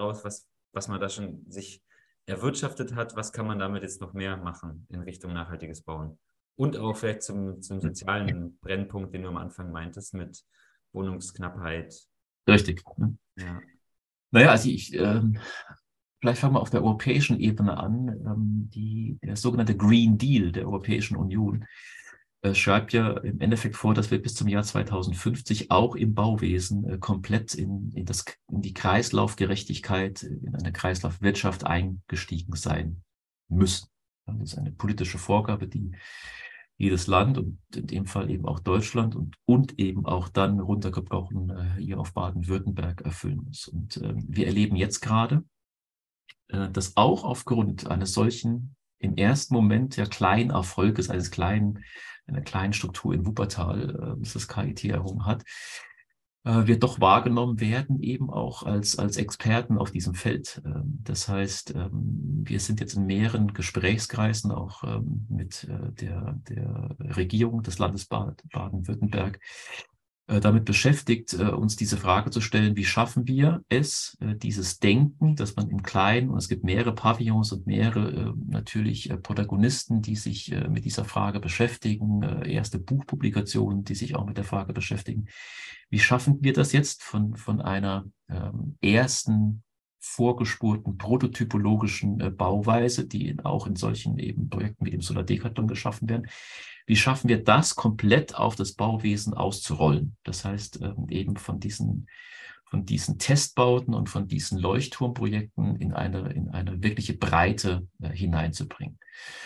da schon sich erwirtschaftet hat, was kann man damit jetzt noch mehr machen in Richtung nachhaltiges Bauen? Und auch vielleicht zum sozialen Brennpunkt, den du am Anfang meintest, mit Wohnungsknappheit. Richtig. Ja. Naja, also vielleicht fangen wir auf der europäischen Ebene an. Der sogenannte Green Deal der Europäischen Union schreibt ja im Endeffekt vor, dass wir bis zum Jahr 2050 auch im Bauwesen komplett in die Kreislaufgerechtigkeit, in eine Kreislaufwirtschaft eingestiegen sein müssen. Das ist eine politische Vorgabe, die jedes Land und in dem Fall eben auch Deutschland und eben auch dann runtergebrochen hier auf Baden-Württemberg erfüllen muss. Und wir erleben jetzt gerade, dass auch aufgrund eines solchen im ersten Moment ja kleinen Erfolges, einer kleinen Struktur in Wuppertal, das KIT erhoben hat, wir doch wahrgenommen werden, eben auch als Experten auf diesem Feld. Das heißt, wir sind jetzt in mehreren Gesprächskreisen, auch mit der Regierung des Landes Baden-Württemberg, damit beschäftigt, uns diese Frage zu stellen, wie schaffen wir es, dieses Denken, dass man im Kleinen, und es gibt mehrere Pavillons und mehrere natürlich Protagonisten, die sich mit dieser Frage beschäftigen, erste Buchpublikationen, die sich auch mit der Frage beschäftigen. Wie schaffen wir das jetzt von einer ersten vorgespurten prototypologischen Bauweise, die auch in solchen eben Projekten wie dem Solardecathlon geschaffen werden? Wie schaffen wir das komplett auf das Bauwesen auszurollen? Das heißt, eben von diesen Testbauten und von diesen Leuchtturmprojekten in eine wirkliche Breite hineinzubringen.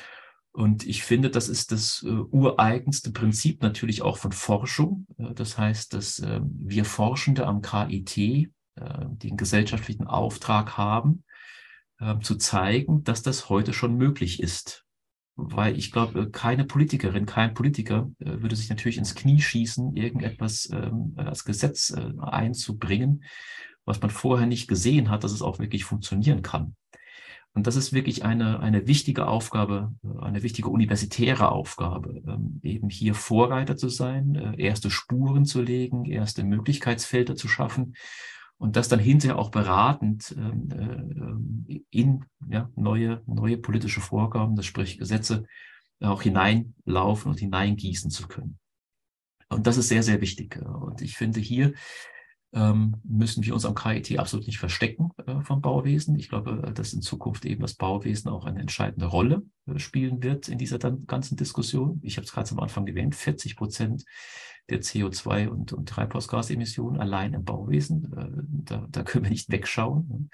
Und ich finde, das ist das ureigenste Prinzip natürlich auch von Forschung. Das heißt, dass wir Forschende am KIT den gesellschaftlichen Auftrag haben, zu zeigen, dass das heute schon möglich ist. Weil ich glaube, keine Politikerin, kein Politiker würde sich natürlich ins Knie schießen, irgendetwas als Gesetz einzubringen, was man vorher nicht gesehen hat, dass es auch wirklich funktionieren kann. Und das ist wirklich eine wichtige Aufgabe, eine wichtige universitäre Aufgabe, eben hier Vorreiter zu sein, erste Spuren zu legen, erste Möglichkeitsfelder zu schaffen und das dann hinterher auch beratend in neue politische Vorgaben, das sprich Gesetze, auch hineinlaufen und hineingießen zu können. Und das ist sehr, sehr wichtig. Und ich finde, hier müssen wir uns am KIT absolut nicht verstecken vom Bauwesen. Ich glaube, dass in Zukunft eben das Bauwesen auch eine entscheidende Rolle spielen wird in dieser ganzen Diskussion. Ich habe es gerade am Anfang erwähnt, 40% der CO2- und Treibhausgasemissionen allein im Bauwesen. Da können wir nicht wegschauen.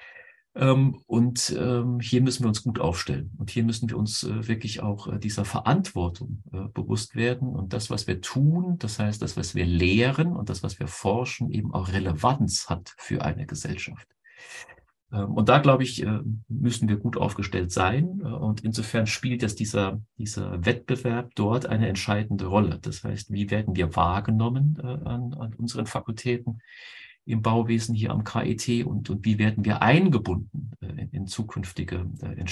Hier müssen wir uns gut aufstellen. Und hier müssen wir uns wirklich auch dieser Verantwortung bewusst werden. Und das, was wir tun, das heißt, das, was wir lehren und das, was wir forschen, eben auch Relevanz hat für eine Gesellschaft. Und da, glaube ich, müssen wir gut aufgestellt sein. Und insofern spielt jetzt dieser Wettbewerb dort eine entscheidende Rolle. Das heißt, wie werden wir wahrgenommen an unseren Fakultäten im Bauwesen hier am KIT und wie werden wir eingebunden in zukünftige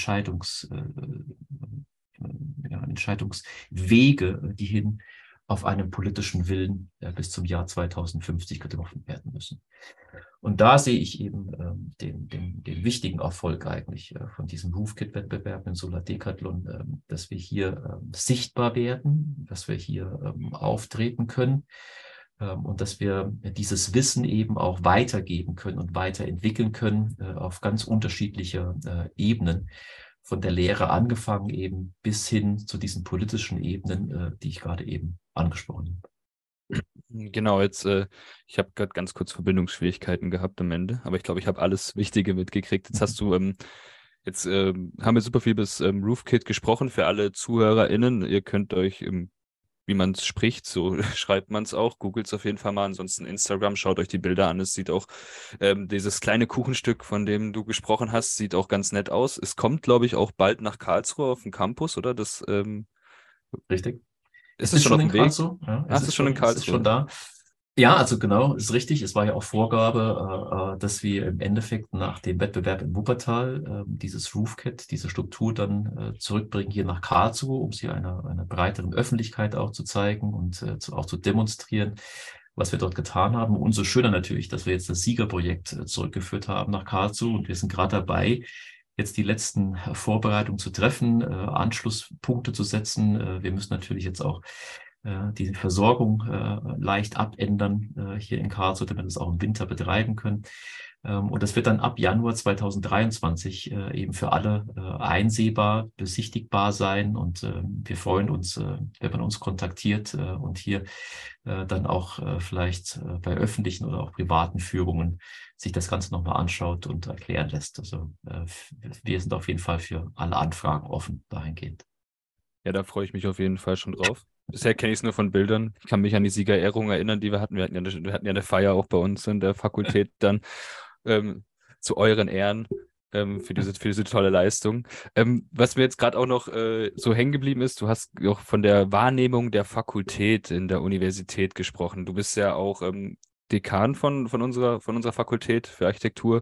Entscheidungswege, die hin auf einen politischen Willen bis zum Jahr 2050 getroffen werden müssen. Und da sehe ich eben den wichtigen Erfolg eigentlich von diesem Roofkit-Wettbewerb im Solardecathlon, dass wir hier sichtbar werden, dass wir hier auftreten können. Und dass wir dieses Wissen eben auch weitergeben können und weiterentwickeln können auf ganz unterschiedlicher Ebenen, von der Lehre angefangen eben bis hin zu diesen politischen Ebenen, die ich gerade eben angesprochen habe. Genau, ich habe gerade ganz kurz Verbindungsschwierigkeiten gehabt am Ende, aber ich glaube, ich habe alles Wichtige mitgekriegt. Jetzt haben wir super viel bis Roofkit gesprochen für alle ZuhörerInnen. Ihr könnt euch wie man es spricht, so schreibt man es auch. Googelt es auf jeden Fall mal. Ansonsten Instagram, schaut euch die Bilder an. Es sieht auch, dieses kleine Kuchenstück, von dem du gesprochen hast, sieht auch ganz nett aus. Es kommt, glaube ich, auch bald nach Karlsruhe auf den Campus, oder? Richtig. Ist Es es ist schon schon auf in dem Weg? Karlsruhe, ja, Ah, es ist schon in es ist schon Karlsruhe. da. Ja, also genau, ist richtig. Es war ja auch Vorgabe, dass wir im Endeffekt nach dem Wettbewerb in Wuppertal dieses RoofKit, diese Struktur dann zurückbringen hier nach Karlsruhe, um sie einer breiteren Öffentlichkeit auch zu zeigen und auch zu demonstrieren, was wir dort getan haben. Umso schöner natürlich, dass wir jetzt das Siegerprojekt zurückgeführt haben nach Karlsruhe und wir sind gerade dabei, jetzt die letzten Vorbereitungen zu treffen, Anschlusspunkte zu setzen. Wir müssen natürlich jetzt auch die Versorgung leicht abändern hier in Karlsruhe, damit wir es auch im Winter betreiben können. Und das wird dann ab Januar 2023 eben für alle einsehbar, besichtigbar sein. Und wir freuen uns, wenn man uns kontaktiert und hier dann auch vielleicht bei öffentlichen oder auch privaten Führungen sich das Ganze nochmal anschaut und erklären lässt. Also wir sind auf jeden Fall für alle Anfragen offen dahingehend. Ja, da freue ich mich auf jeden Fall schon drauf. Bisher kenne ich es nur von Bildern. Ich kann mich an die Siegerehrung erinnern, die wir hatten. Wir hatten ja eine Feier auch bei uns in der Fakultät dann ähm, zu euren Ehren für diese tolle Leistung. Was mir jetzt gerade auch noch so hängen geblieben ist, du hast auch von der Wahrnehmung der Fakultät in der Universität gesprochen. Du bist ja auch Dekan von unserer Fakultät für Architektur.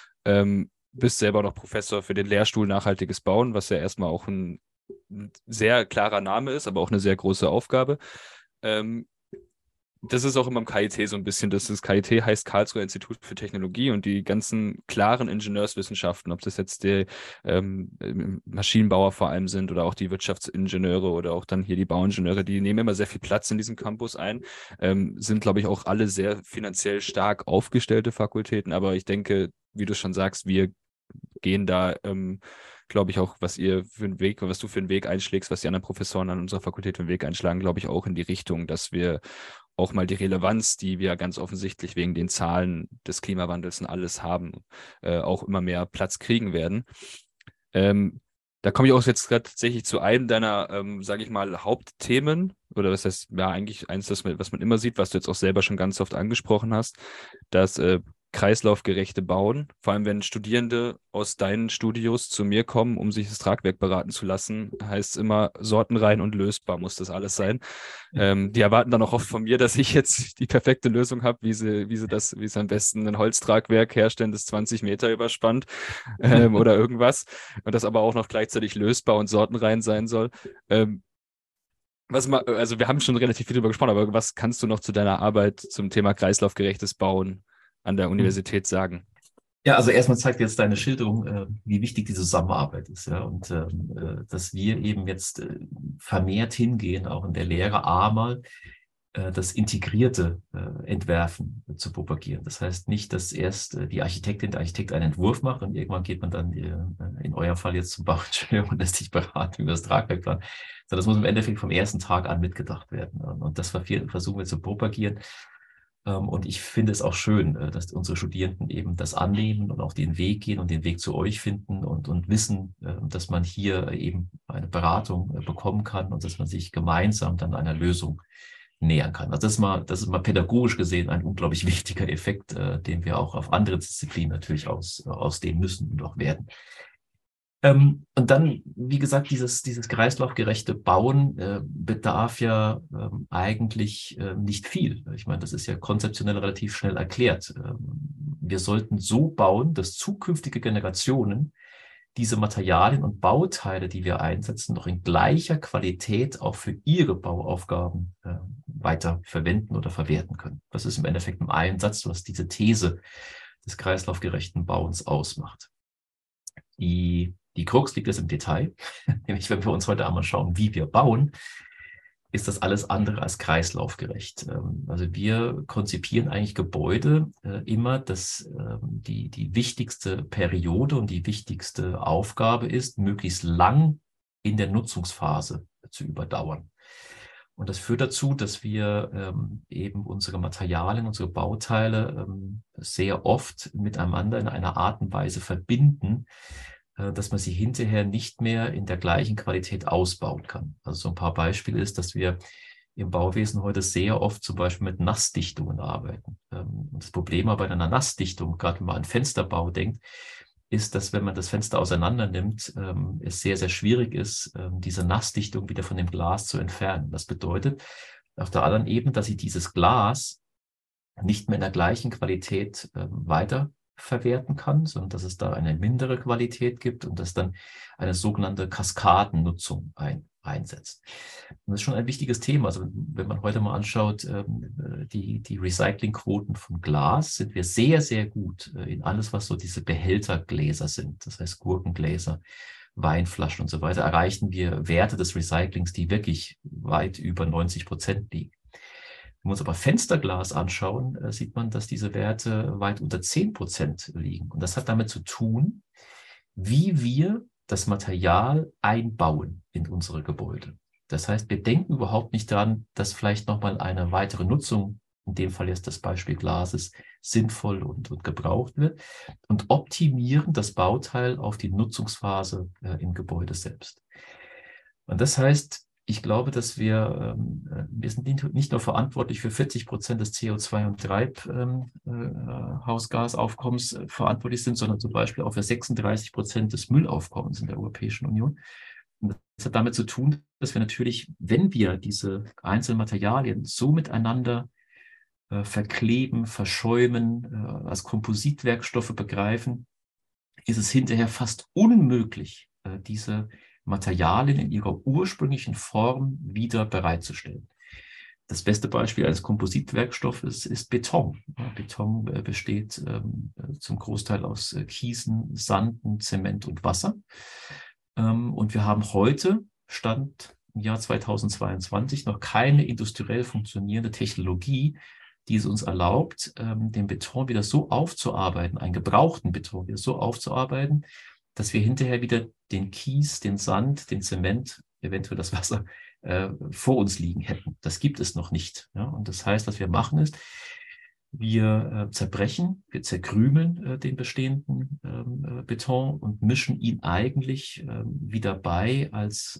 Bist selber noch Professor für den Lehrstuhl Nachhaltiges Bauen, was ja erstmal auch ein sehr klarer Name ist, aber auch eine sehr große Aufgabe. Ähm, Das ist auch immer im KIT so ein bisschen, dass das KIT heißt Karlsruher Institut für Technologie und die ganzen klaren Ingenieurswissenschaften, ob das jetzt die Maschinenbauer vor allem sind oder auch die Wirtschaftsingenieure oder auch dann hier die Bauingenieure, die nehmen immer sehr viel Platz in diesem Campus ein, sind, glaube ich, auch alle sehr finanziell stark aufgestellte Fakultäten, aber ich denke, wie du schon sagst, wir gehen da, glaube ich, auch, was ihr für einen Weg, was du für einen Weg einschlägst, was die anderen Professoren an unserer Fakultät für einen Weg einschlagen, glaube ich, auch in die Richtung, dass wir auch mal die Relevanz, die wir ganz offensichtlich wegen den Zahlen des Klimawandels und alles haben, auch immer mehr Platz kriegen werden. Da komme ich auch jetzt gerade tatsächlich zu einem deiner, sage ich mal, Hauptthemen, oder was heißt, ja, eigentlich eins, was man immer sieht, was du jetzt auch selber schon ganz oft angesprochen hast, das kreislaufgerechte Bauen. Vor allem, wenn Studierende aus deinen Studios zu mir kommen, um sich das Tragwerk beraten zu lassen, heißt es immer, sortenrein und lösbar muss das alles sein. Die erwarten dann auch oft von mir, dass ich jetzt die perfekte Lösung habe, wie sie am besten ein Holztragwerk herstellen, das 20 Meter überspannt oder irgendwas. Und das aber auch noch gleichzeitig lösbar und sortenrein sein soll. Also wir haben schon relativ viel darüber gesprochen, aber was kannst du noch zu deiner Arbeit zum Thema kreislaufgerechtes Bauen an der Universität sagen? Ja, also erstmal zeigt jetzt deine Schilderung, wie wichtig die Zusammenarbeit ist, ja, und dass wir eben jetzt vermehrt hingehen, auch in der Lehre einmal das integrierte Entwerfen zu propagieren. Das heißt nicht, dass erst die Architektin, der Architekt einen Entwurf macht und irgendwann geht man dann in eurem Fall jetzt zum Bauingenieur und lässt sich beraten über das Tragwerk planen. sondern das muss im Endeffekt vom ersten Tag an mitgedacht werden. Und das versuchen wir zu propagieren. Und ich finde es auch schön, dass unsere Studierenden eben das annehmen und auch den Weg gehen und den Weg zu euch finden und wissen, dass man hier eben eine Beratung bekommen kann und dass man sich gemeinsam dann einer Lösung nähern kann. Also das ist mal pädagogisch gesehen ein unglaublich wichtiger Effekt, den wir auch auf andere Disziplinen natürlich ausdehnen müssen und auch werden. Und dann, wie gesagt, dieses kreislaufgerechte Bauen bedarf ja eigentlich nicht viel. Ich meine, das ist ja konzeptionell relativ schnell erklärt. Wir sollten so bauen, dass zukünftige Generationen diese Materialien und Bauteile, die wir einsetzen, noch in gleicher Qualität auch für ihre Bauaufgaben weiter verwenden oder verwerten können. Das ist im Endeffekt im einen Satz, was diese These des kreislaufgerechten Bauens ausmacht. Die Krux liegt jetzt im Detail, nämlich wenn wir uns heute einmal schauen, wie wir bauen, ist das alles andere als kreislaufgerecht. Also wir konzipieren eigentlich Gebäude immer, dass die wichtigste Periode und die wichtigste Aufgabe ist, möglichst lang in der Nutzungsphase zu überdauern. Und das führt dazu, dass wir eben unsere Materialien, unsere Bauteile sehr oft miteinander in einer Art und Weise verbinden, dass man sie hinterher nicht mehr in der gleichen Qualität ausbauen kann. Also so ein paar Beispiele ist, dass wir im Bauwesen heute sehr oft zum Beispiel mit Nassdichtungen arbeiten. Und das Problem aber bei einer Nassdichtung, gerade wenn man an Fensterbau denkt, ist, dass wenn man das Fenster auseinander nimmt, es sehr, sehr schwierig ist, diese Nassdichtung wieder von dem Glas zu entfernen. Das bedeutet auf der anderen Ebene, dass ich dieses Glas nicht mehr in der gleichen Qualität weiterverwerten kann, sondern dass es da eine mindere Qualität gibt und dass dann eine sogenannte Kaskadennutzung einsetzt. Und das ist schon ein wichtiges Thema. Also wenn man heute mal anschaut, die Recyclingquoten von Glas, sind wir sehr, sehr gut in alles, was so diese Behältergläser sind. Das heißt Gurkengläser, Weinflaschen und so weiter, erreichen wir Werte des Recyclings, die wirklich weit über 90% liegen. Wenn wir uns aber Fensterglas anschauen, sieht man, dass diese Werte weit unter 10% liegen. Und das hat damit zu tun, wie wir das Material einbauen in unsere Gebäude. Das heißt, wir denken überhaupt nicht daran, dass vielleicht nochmal eine weitere Nutzung, in dem Fall jetzt das Beispiel Glases, sinnvoll und gebraucht wird und optimieren das Bauteil auf die Nutzungsphase im Gebäude selbst. Und das heißt, ich glaube, dass wir sind nicht nur verantwortlich für 40% des CO2- und Treibhausgasaufkommens verantwortlich sind, sondern zum Beispiel auch für 36% des Müllaufkommens in der Europäischen Union. Und das hat damit zu tun, dass wir natürlich, wenn wir diese einzelnen Materialien so miteinander verkleben, verschäumen, als Kompositwerkstoffe begreifen, ist es hinterher fast unmöglich, diese Materialien in ihrer ursprünglichen Form wieder bereitzustellen. Das beste Beispiel eines Kompositwerkstoffes ist Beton. Beton besteht zum Großteil aus Kiesen, Sanden, Zement und Wasser. Und wir haben heute, Stand im Jahr 2022, noch keine industriell funktionierende Technologie, die es uns erlaubt, den Beton wieder so aufzuarbeiten, einen gebrauchten Beton wieder so aufzuarbeiten, dass wir hinterher wieder den Kies, den Sand, den Zement, eventuell das Wasser vor uns liegen hätten. Das gibt es noch nicht. Ja? Und das heißt, was wir machen ist, wir zerbrechen, wir zerkrümeln den bestehenden Beton und mischen ihn eigentlich wieder bei als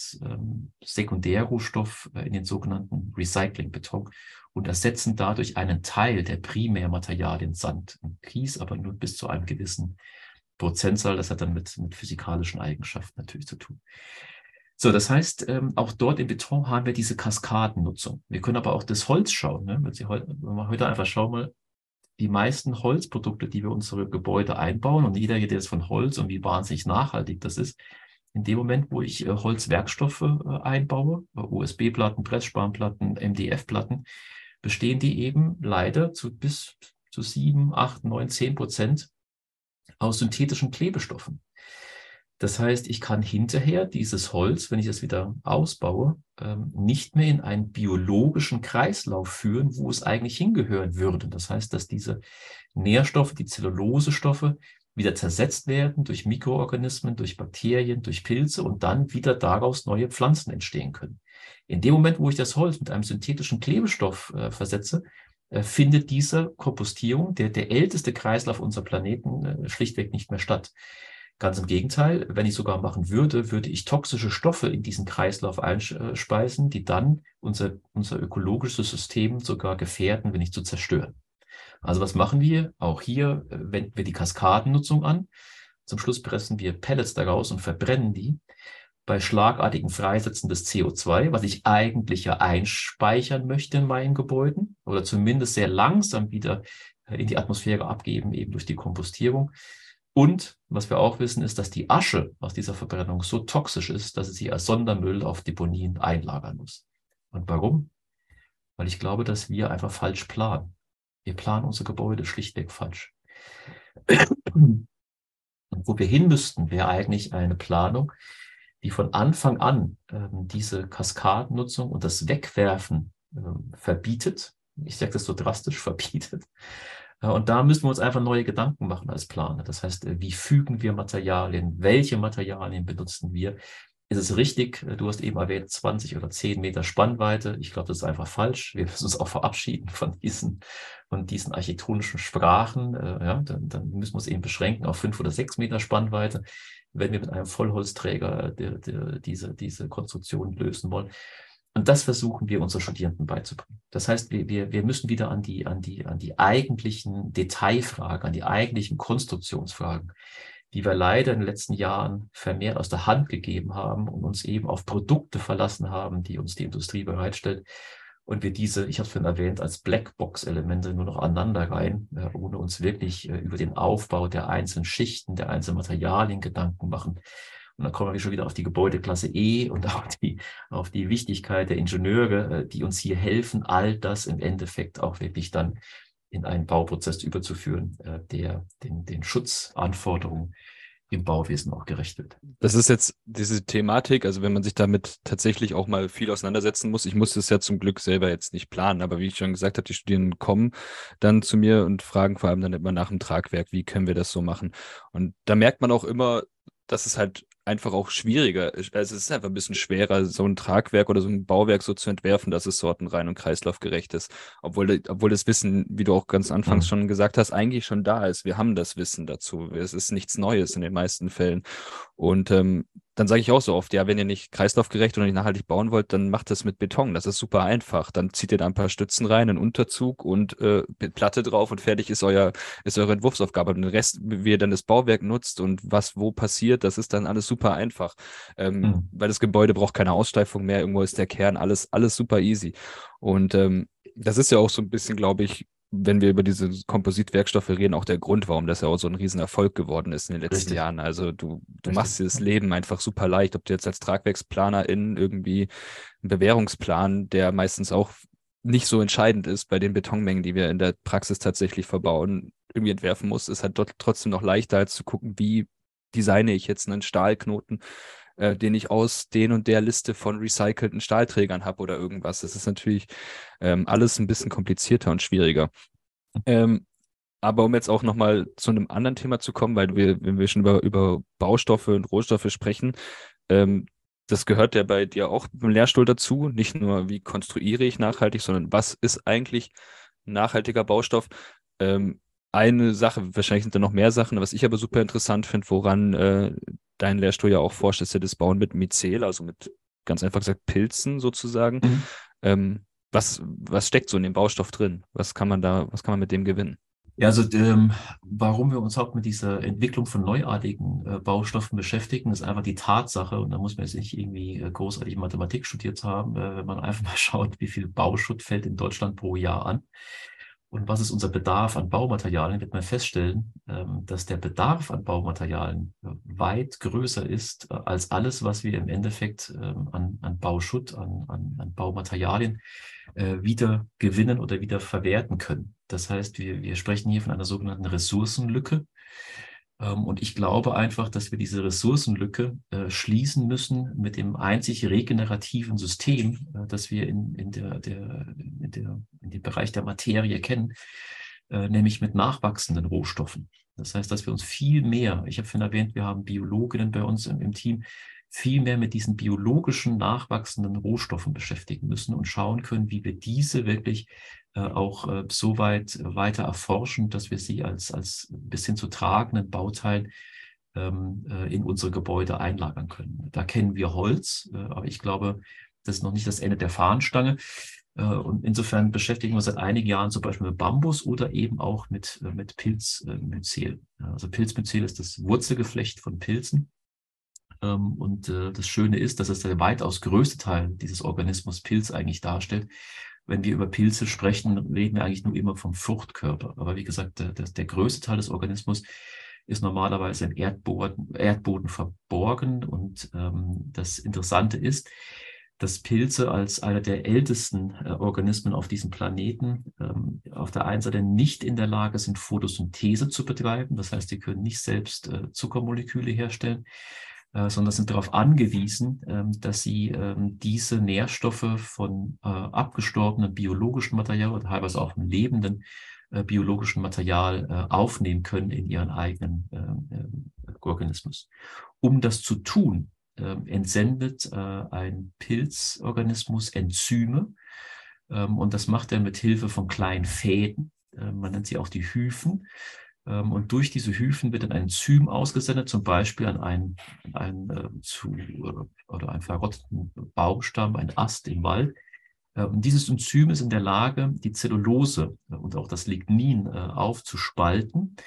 Sekundärrohstoff in den sogenannten Recyclingbeton und ersetzen dadurch einen Teil der Primärmaterialien Sand und Kies, aber nur bis zu einem gewissen Prozentzahl. Das hat dann mit physikalischen Eigenschaften natürlich zu tun. So, das heißt, auch dort im Beton haben wir diese Kaskadennutzung. Wir können aber auch das Holz schauen. Ne? Wenn man heute einfach schauen mal, die meisten Holzprodukte, die wir in unsere Gebäude einbauen, und jeder redet jetzt von Holz und wie wahnsinnig nachhaltig das ist, in dem Moment, wo ich Holzwerkstoffe einbaue, USB-Platten, Pressspanplatten, MDF-Platten, bestehen die eben leider bis zu 7, 8, 9, 10% aus synthetischen Klebestoffen. Das heißt, ich kann hinterher dieses Holz, wenn ich es wieder ausbaue, nicht mehr in einen biologischen Kreislauf führen, wo es eigentlich hingehören würde. Das heißt, dass diese Nährstoffe, die Zellulosestoffe, wieder zersetzt werden durch Mikroorganismen, durch Bakterien, durch Pilze und dann wieder daraus neue Pflanzen entstehen können. In dem Moment, wo ich das Holz mit einem synthetischen Klebestoff versetze, findet diese Kompostierung, der älteste Kreislauf unserer Planeten, schlichtweg nicht mehr statt. Ganz im Gegenteil, wenn ich sogar machen würde, würde ich toxische Stoffe in diesen Kreislauf einspeisen, die dann unser ökologisches System sogar gefährden, wenn nicht zu zerstören. Also was machen wir? Auch hier wenden wir die Kaskadennutzung an. Zum Schluss pressen wir Pellets daraus und verbrennen die. Bei schlagartigen Freisetzen des CO2, was ich eigentlich ja einspeichern möchte in meinen Gebäuden oder zumindest sehr langsam wieder in die Atmosphäre abgeben, eben durch die Kompostierung. Und was wir auch wissen, ist, dass die Asche aus dieser Verbrennung so toxisch ist, dass es sich als Sondermüll auf Deponien einlagern muss. Und warum? Weil ich glaube, dass wir einfach falsch planen. Wir planen unsere Gebäude schlichtweg falsch. Und wo wir hin müssten, wäre eigentlich eine Planung, die von Anfang an diese Kaskadennutzung und das Wegwerfen verbietet. Ich sage das so drastisch, verbietet. Und da müssen wir uns einfach neue Gedanken machen als Planer. Das heißt, wie fügen wir Materialien? Welche Materialien benutzen wir? Ist es richtig? Du hast eben erwähnt, 20 oder 10 Meter Spannweite. Ich glaube, das ist einfach falsch. Wir müssen uns auch verabschieden von diesen architektonischen Sprachen. Ja, dann müssen wir uns eben beschränken auf 5 oder 6 Meter Spannweite, wenn wir mit einem Vollholzträger diese Konstruktion lösen wollen. Und das versuchen wir unseren Studierenden beizubringen. Das heißt, wir müssen wieder an die eigentlichen Detailfragen, an die eigentlichen Konstruktionsfragen, die wir leider in den letzten Jahren vermehrt aus der Hand gegeben haben und uns eben auf Produkte verlassen haben, die uns die Industrie bereitstellt. Und wir diese, ich habe es vorhin erwähnt, als Blackbox-Elemente nur noch aneinanderreihen, ohne uns wirklich über den Aufbau der einzelnen Schichten, der einzelnen Materialien Gedanken machen. Und dann kommen wir schon wieder auf die Gebäudeklasse E und auf die Wichtigkeit der Ingenieure, die uns hier helfen, all das im Endeffekt auch wirklich dann in einen Bauprozess überzuführen, der den Schutzanforderungen im Bauwesen auch gerecht wird. Das ist jetzt diese Thematik, also wenn man sich damit tatsächlich auch mal viel auseinandersetzen muss. Ich muss es ja zum Glück selber jetzt nicht planen, aber wie ich schon gesagt habe, die Studierenden kommen dann zu mir und fragen vor allem dann immer nach dem Tragwerk, wie können wir das so machen? Und da merkt man auch immer, dass es halt einfach auch schwieriger ist. Also es ist einfach ein bisschen schwerer, so ein Tragwerk oder so ein Bauwerk so zu entwerfen, dass es sortenrein und kreislaufgerecht ist. Obwohl das Wissen, wie du auch ganz anfangs schon gesagt hast, eigentlich schon da ist. Wir haben das Wissen dazu. Es ist nichts Neues in den meisten Fällen. Und dann sage ich auch so oft, ja, wenn ihr nicht kreislaufgerecht oder nicht nachhaltig bauen wollt, dann macht das mit Beton. Das ist super einfach. Dann zieht ihr da ein paar Stützen rein, einen Unterzug und Platte drauf und fertig ist eure Entwurfsaufgabe. Und den Rest, wie ihr dann das Bauwerk nutzt und was wo passiert, das ist dann alles super einfach. Weil das Gebäude braucht keine Aussteifung mehr. Irgendwo ist der Kern, alles super easy. Und das ist ja auch so ein bisschen, glaube ich, wenn wir über diese Kompositwerkstoffe reden, auch der Grund, warum das ja auch so ein Riesenerfolg geworden ist in den letzten Richtig. Jahren. Also du Richtig. machst dir das Leben einfach super leicht, ob du jetzt als Tragwerksplanerin irgendwie einen Bewährungsplan, der meistens auch nicht so entscheidend ist bei den Betonmengen, die wir in der Praxis tatsächlich verbauen, irgendwie entwerfen musst, ist halt dort trotzdem noch leichter, als zu gucken, wie designe ich jetzt einen Stahlknoten, den ich aus den und der Liste von recycelten Stahlträgern habe oder irgendwas. Das ist natürlich alles ein bisschen komplizierter und schwieriger. Aber um jetzt auch nochmal zu einem anderen Thema zu kommen, weil wenn wir schon über Baustoffe und Rohstoffe sprechen, das gehört ja bei dir auch im Lehrstuhl dazu. Nicht nur, wie konstruiere ich nachhaltig, sondern was ist eigentlich ein nachhaltiger Baustoff? Eine Sache, wahrscheinlich sind da noch mehr Sachen, was ich aber super interessant finde, woran dein Lehrstuhl ja auch forscht, ist ja das Bauen mit Myzel, also mit ganz einfach gesagt Pilzen sozusagen. Was steckt so in dem Baustoff drin? Was kann man mit dem gewinnen? Ja, also warum wir uns auch mit dieser Entwicklung von neuartigen Baustoffen beschäftigen, ist einfach die Tatsache, und da muss man jetzt nicht irgendwie großartig Mathematik studiert haben, wenn man einfach mal schaut, wie viel Bauschutt fällt in Deutschland pro Jahr an und was ist unser Bedarf an Baumaterialien, wird man feststellen, dass der Bedarf an Baumaterialien weit größer ist als alles, was wir im Endeffekt an Bauschutt, an Baumaterialien wieder gewinnen oder wieder verwerten können. Das heißt, wir sprechen hier von einer sogenannten Ressourcenlücke. Und ich glaube einfach, dass wir diese Ressourcenlücke schließen müssen mit dem einzig regenerativen System, das wir in dem Bereich der Materie kennen, nämlich mit nachwachsenden Rohstoffen. Das heißt, dass wir uns viel mehr, ich habe vorhin erwähnt, wir haben Biologinnen bei uns im Team, viel mehr mit diesen biologischen nachwachsenden Rohstoffen beschäftigen müssen und schauen können, wie wir diese wirklich auch so weit weiter erforschen, dass wir sie als bis hin zu tragenden Bauteilen in unsere Gebäude einlagern können. Da kennen wir Holz, aber ich glaube, das ist noch nicht das Ende der Fahnenstange. Und insofern beschäftigen wir uns seit einigen Jahren zum Beispiel mit Bambus oder eben auch mit Pilzmyzel. Also Pilzmyzel ist das Wurzelgeflecht von Pilzen. Und das Schöne ist, dass es der weitaus größte Teil dieses Organismus Pilz eigentlich darstellt. Wenn wir über Pilze sprechen, reden wir eigentlich nur immer vom Fruchtkörper. Aber wie gesagt, der größte Teil des Organismus ist normalerweise im Erdboden verborgen. Und das Interessante ist, dass Pilze als einer der ältesten Organismen auf diesem Planeten auf der einen Seite nicht in der Lage sind, Photosynthese zu betreiben. Das heißt, sie können nicht selbst Zuckermoleküle herstellen, sondern sind darauf angewiesen, dass sie diese Nährstoffe von abgestorbenem biologischen Material oder teilweise auch einem lebenden biologischen Material aufnehmen können in ihren eigenen Organismus. Um das zu tun, entsendet ein Pilzorganismus Enzyme, und das macht er mit Hilfe von kleinen Fäden. Man nennt sie auch die Hyphen. Und durch diese Hyphen wird dann ein Enzym ausgesendet, zum Beispiel an einen oder einen verrotteten Baumstamm, einen Ast im Wald. Und dieses Enzym ist in der Lage, die Zellulose und auch das Lignin aufzuspalten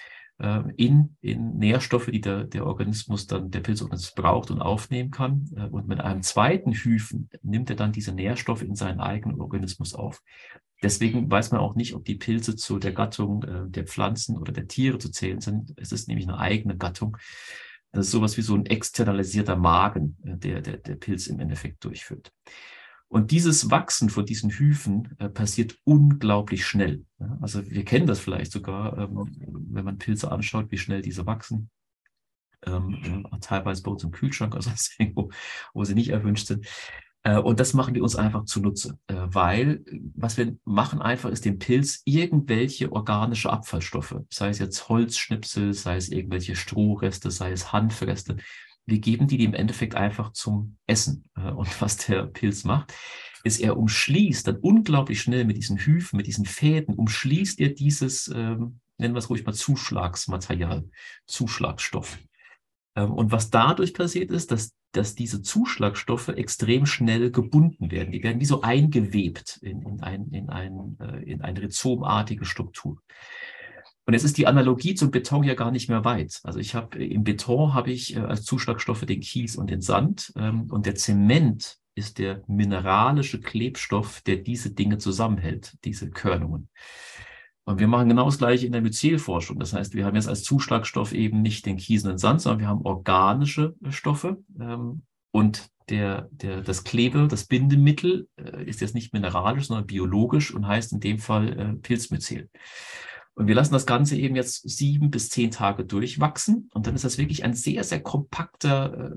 in Nährstoffe, die der Pilzorganismus braucht und aufnehmen kann. Und mit einem zweiten Hyphen nimmt er dann diese Nährstoffe in seinen eigenen Organismus auf. Deswegen weiß man auch nicht, ob die Pilze zu der Gattung der Pflanzen oder der Tiere zu zählen sind. Es ist nämlich eine eigene Gattung. Das ist sowas wie so ein externalisierter Magen, der Pilz im Endeffekt durchführt. Und dieses Wachsen von diesen Hyphen passiert unglaublich schnell. Ja? Also wir kennen das vielleicht sogar, wenn man Pilze anschaut, wie schnell diese wachsen. Teilweise bei uns im Kühlschrank, also wo sie nicht erwünscht sind. Und das machen wir uns einfach zunutze, weil was wir machen einfach ist dem Pilz irgendwelche organische Abfallstoffe, sei es jetzt Holzschnipsel, sei es irgendwelche Strohreste, sei es Hanfreste. Wir geben die im Endeffekt einfach zum Essen. Und was der Pilz macht, ist, er umschließt dann unglaublich schnell mit diesen Hyphen, mit diesen Fäden, umschließt er dieses, nennen wir es ruhig mal Zuschlagsmaterial, Zuschlagstoff. Und was dadurch passiert ist, dass diese Zuschlagstoffe extrem schnell gebunden werden. Die werden wie so eingewebt in eine rhizomartige Struktur. Und jetzt ist die Analogie zum Beton ja gar nicht mehr weit. Also im Beton habe ich als Zuschlagstoffe den Kies und den Sand, und der Zement ist der mineralische Klebstoff, der diese Dinge zusammenhält, diese Körnungen. Und wir machen genau das Gleiche in der Myzelforschung. Das heißt, wir haben jetzt als Zuschlagstoff eben nicht den Kies und den Sand, sondern wir haben organische Stoffe. Und das Klebe, das Bindemittel ist jetzt nicht mineralisch, sondern biologisch und heißt in dem Fall Pilzmyzel. Und wir lassen das Ganze eben jetzt 7 bis 10 Tage durchwachsen. Und dann ist das wirklich ein sehr, sehr kompakter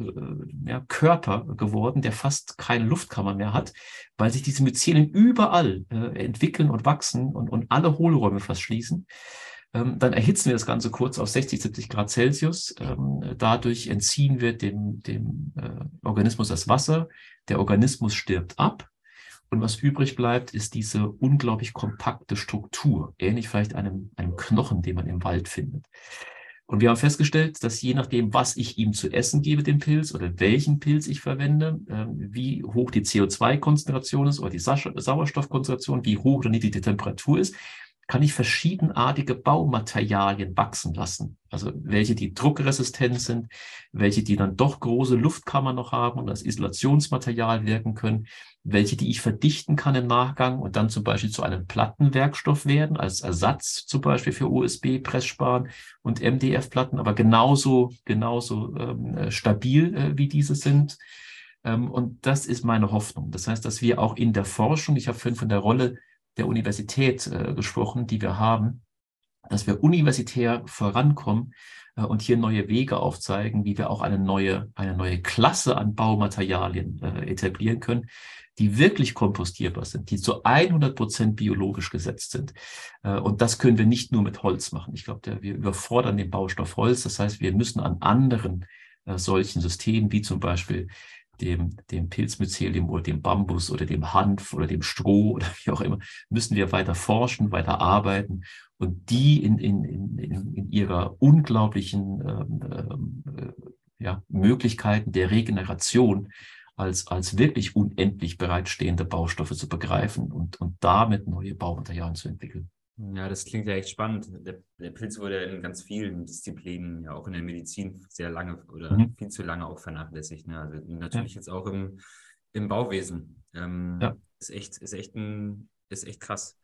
Körper geworden, der fast keine Luftkammer mehr hat, weil sich diese Myzelien überall entwickeln und wachsen und alle Hohlräume fast schließen. Dann erhitzen wir das Ganze kurz auf 60, 70 Grad Celsius. Dadurch entziehen wir dem Organismus das Wasser. Der Organismus stirbt ab. Und was übrig bleibt, ist diese unglaublich kompakte Struktur, ähnlich vielleicht einem Knochen, den man im Wald findet. Und wir haben festgestellt, dass je nachdem, was ich ihm zu essen gebe, dem Pilz, oder welchen Pilz ich verwende, wie hoch die CO2-Konzentration ist oder die Sauerstoffkonzentration, wie hoch oder niedrig die Temperatur ist, kann ich verschiedenartige Baumaterialien wachsen lassen. Also welche, die druckresistent sind, welche, die dann doch große Luftkammern noch haben und als Isolationsmaterial wirken können, welche, die ich verdichten kann im Nachgang und dann zum Beispiel zu einem Plattenwerkstoff werden, als Ersatz zum Beispiel für USB-Pressspan und MDF-Platten, aber genauso stabil wie diese sind. Und das ist meine Hoffnung. Das heißt, dass wir auch in der Forschung, ich habe vorhin von der Rolle der Universität gesprochen, die wir haben, dass wir universitär vorankommen und hier neue Wege aufzeigen, wie wir auch eine neue Klasse an Baumaterialien etablieren können, die wirklich kompostierbar sind, die zu 100% biologisch gesetzt sind. Und das können wir nicht nur mit Holz machen. Ich glaube, wir überfordern den Baustoff Holz. Das heißt, wir müssen an anderen solchen Systemen, wie zum Beispiel dem Pilzmycelium oder dem Bambus oder dem Hanf oder dem Stroh oder wie auch immer, müssen wir weiter forschen, weiter arbeiten und die in ihrer unglaublichen Möglichkeiten der Regeneration als wirklich unendlich bereitstehende Baustoffe zu begreifen und damit neue Baumaterialien zu entwickeln. Ja, das klingt ja echt spannend. Der Pilz wurde in ganz vielen Disziplinen, ja auch in der Medizin, sehr lange oder viel zu lange auch vernachlässigt. Ne? Also natürlich jetzt auch im Bauwesen. Ist echt krass.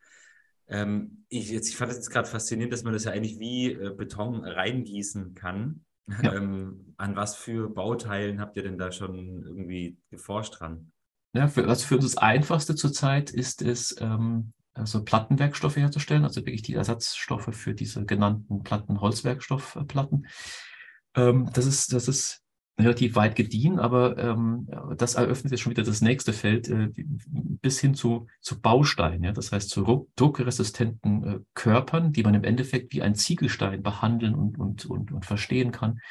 Ich fand es jetzt gerade faszinierend, dass man das ja eigentlich wie Beton reingießen kann. Ja. An was für Bauteilen habt ihr denn da schon irgendwie geforscht dran? Ja, für uns das Einfachste zurzeit ist es, also Plattenwerkstoffe herzustellen, also wirklich die Ersatzstoffe für diese genannten Holzwerkstoffplatten. Das ist relativ weit gediehen, aber das eröffnet jetzt schon wieder das nächste Feld bis hin zu Bausteinen. Ja? Das heißt zu druckresistenten Körpern, die man im Endeffekt wie ein Ziegelstein behandeln und verstehen kann.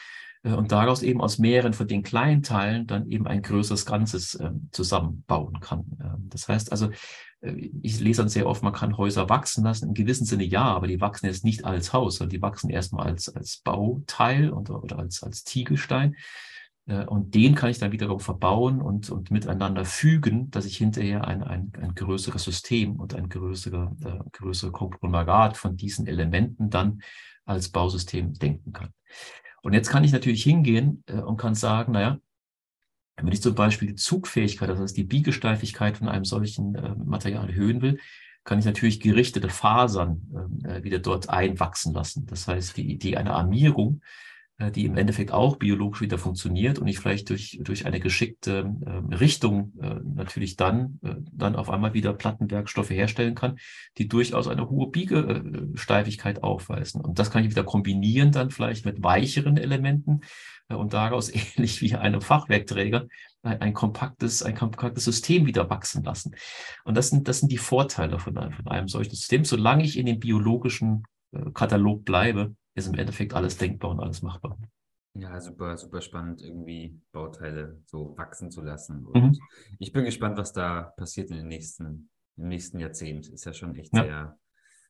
und daraus eben aus mehreren von den kleinen Teilen dann eben ein größeres Ganzes zusammenbauen kann. Das heißt also, ich lese dann sehr oft, man kann Häuser wachsen lassen. Im gewissen Sinne ja, aber die wachsen jetzt nicht als Haus, sondern die wachsen erstmal als Bauteil oder als Ziegelstein. Und den kann ich dann wiederum verbauen und miteinander fügen, dass ich hinterher ein größeres System und ein größere Konglomerat von diesen Elementen dann als Bausystem denken kann. Und jetzt kann ich natürlich hingehen und kann sagen, naja, wenn ich zum Beispiel die Zugfähigkeit, das heißt die Biegesteifigkeit von einem solchen Material erhöhen will, kann ich natürlich gerichtete Fasern wieder dort einwachsen lassen. Das heißt, die Idee einer Armierung, die im Endeffekt auch biologisch wieder funktioniert und ich vielleicht durch eine geschickte Richtung natürlich dann auf einmal wieder Plattenwerkstoffe herstellen kann, die durchaus eine hohe Biegesteifigkeit aufweisen. Und das kann ich wieder kombinieren dann vielleicht mit weicheren Elementen und daraus ähnlich wie einem Fachwerkträger ein kompaktes System wieder wachsen lassen. Und das sind die Vorteile von einem solchen System. Solange ich in dem biologischen Katalog bleibe, ist im Endeffekt alles denkbar und alles machbar. Ja, super, super spannend, irgendwie Bauteile so wachsen zu lassen. Und ich bin gespannt, was da passiert im nächsten Jahrzehnt. Ist ja schon echt sehr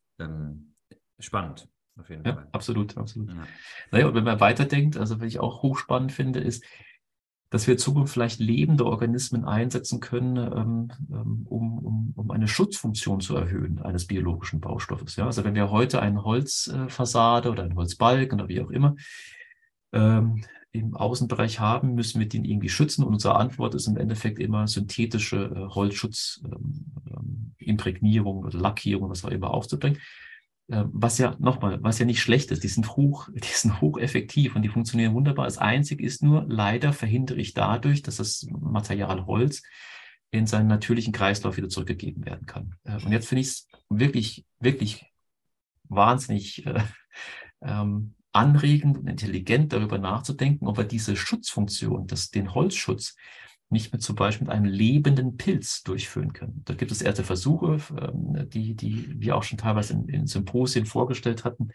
spannend, auf jeden Fall. Absolut. Ja. Naja, und wenn man weiterdenkt, also was ich auch hochspannend finde, ist, dass wir in Zukunft vielleicht lebende Organismen einsetzen können, um eine Schutzfunktion zu erhöhen eines biologischen Baustoffes. Ja? Also wenn wir heute eine Holzfassade oder einen Holzbalken oder wie auch immer im Außenbereich haben, müssen wir den irgendwie schützen. Und unsere Antwort ist im Endeffekt immer synthetische Holzschutzimprägnierung oder Lackierung, was auch immer aufzubringen. Was ja nicht schlecht ist, die sind hocheffektiv und die funktionieren wunderbar. Das Einzige ist nur, leider verhindere ich dadurch, dass das Material Holz in seinen natürlichen Kreislauf wieder zurückgegeben werden kann. Und jetzt finde ich es wirklich, wirklich wahnsinnig anregend und intelligent, darüber nachzudenken, ob wir diese Schutzfunktion, den Holzschutz, nicht mit zum Beispiel mit einem lebenden Pilz durchführen können. Da gibt es erste Versuche, die wir auch schon teilweise in Symposien vorgestellt hatten,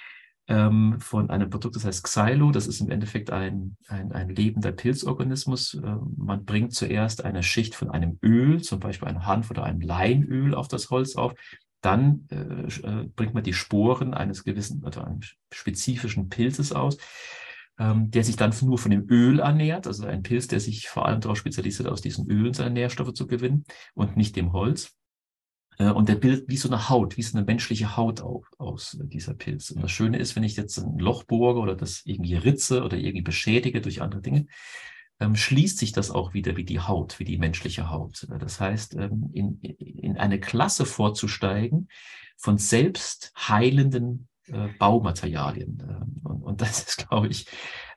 von einem Produkt, das heißt Xylo. Das ist im Endeffekt ein lebender Pilzorganismus. Man bringt zuerst eine Schicht von einem Öl, zum Beispiel ein Hanf- oder ein Leinöl auf das Holz auf. Dann bringt man die Sporen eines gewissen, also eines spezifischen Pilzes aus, der sich dann nur von dem Öl ernährt, also ein Pilz, der sich vor allem darauf spezialisiert, aus diesen Ölen seine Nährstoffe zu gewinnen und nicht dem Holz. Und der bildet wie so eine Haut, wie so eine menschliche Haut aus dieser Pilz. Und das Schöne ist, wenn ich jetzt ein Loch bohre oder das irgendwie ritze oder irgendwie beschädige durch andere Dinge, schließt sich das auch wieder wie die Haut, wie die menschliche Haut. Das heißt, in eine Klasse vorzusteigen von selbst heilenden Baumaterialien. Und das ist, glaube ich,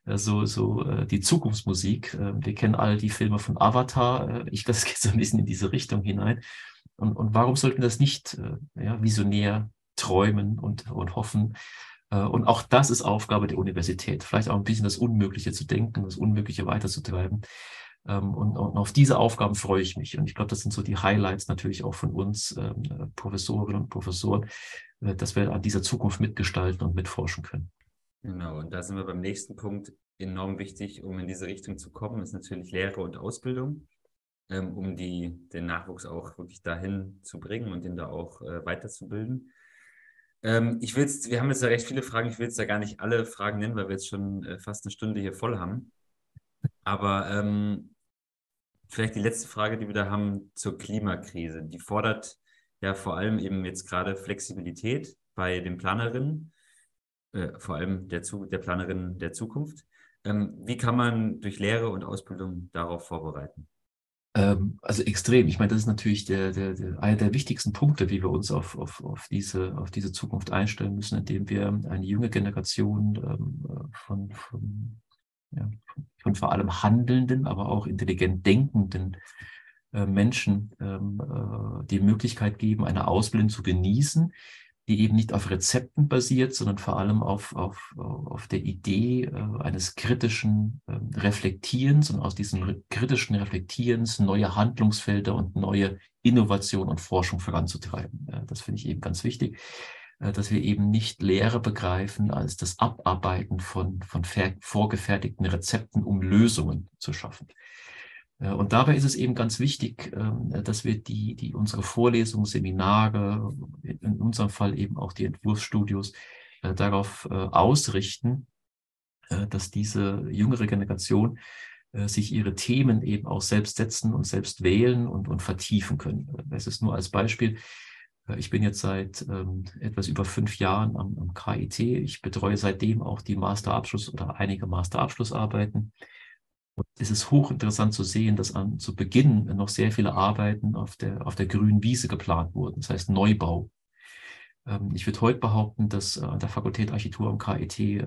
die Zukunftsmusik. Wir kennen all die Filme von Avatar. Das geht so ein bisschen in diese Richtung hinein. Und warum sollten wir das nicht visionär träumen und hoffen? Und auch das ist Aufgabe der Universität. Vielleicht auch ein bisschen das Unmögliche zu denken, das Unmögliche weiterzutreiben. Und auf diese Aufgaben freue ich mich. Und ich glaube, das sind so die Highlights natürlich auch von uns, Professorinnen und Professoren, dass wir an dieser Zukunft mitgestalten und mitforschen können. Genau, und da sind wir beim nächsten Punkt. Enorm wichtig, um in diese Richtung zu kommen, ist natürlich Lehre und Ausbildung, um den Nachwuchs auch wirklich dahin zu bringen und den da auch weiterzubilden. Wir haben jetzt ja recht viele Fragen. Ich will jetzt da gar nicht alle Fragen nennen, weil wir jetzt schon fast eine Stunde hier voll haben. Aber vielleicht die letzte Frage, die wir da haben zur Klimakrise. Die fordert ja vor allem eben jetzt gerade Flexibilität bei den Planerinnen, vor allem der Planerinnen der Zukunft. Wie kann man durch Lehre und Ausbildung darauf vorbereiten? Also extrem. Ich meine, das ist natürlich einer der wichtigsten Punkte, wie wir uns auf diese Zukunft einstellen müssen, indem wir eine junge Generation von vor allem handelnden, aber auch intelligent denkenden Menschen die Möglichkeit geben, eine Ausbildung zu genießen, die eben nicht auf Rezepten basiert, sondern vor allem auf der Idee eines kritischen Reflektierens und aus diesem kritischen Reflektierens neue Handlungsfelder und neue Innovation und Forschung voranzutreiben. Das finde ich eben ganz wichtig. dass wir eben nicht Lehre begreifen als das Abarbeiten von vorgefertigten Rezepten, um Lösungen zu schaffen. Und dabei ist es eben ganz wichtig, dass wir unsere Vorlesungen, Seminare, in unserem Fall eben auch die Entwurfsstudios, darauf ausrichten, dass diese jüngere Generation sich ihre Themen eben auch selbst setzen und selbst wählen und vertiefen können. Das ist nur als Beispiel. Ich bin jetzt seit etwas über 5 Jahren am KIT. Ich betreue seitdem auch die Masterabschluss oder einige Masterabschlussarbeiten. Und es ist hochinteressant zu sehen, dass zu Beginn noch sehr viele Arbeiten auf der grünen Wiese geplant wurden, das heißt Neubau. Ich würde heute behaupten, dass an der Fakultät Architektur am KIT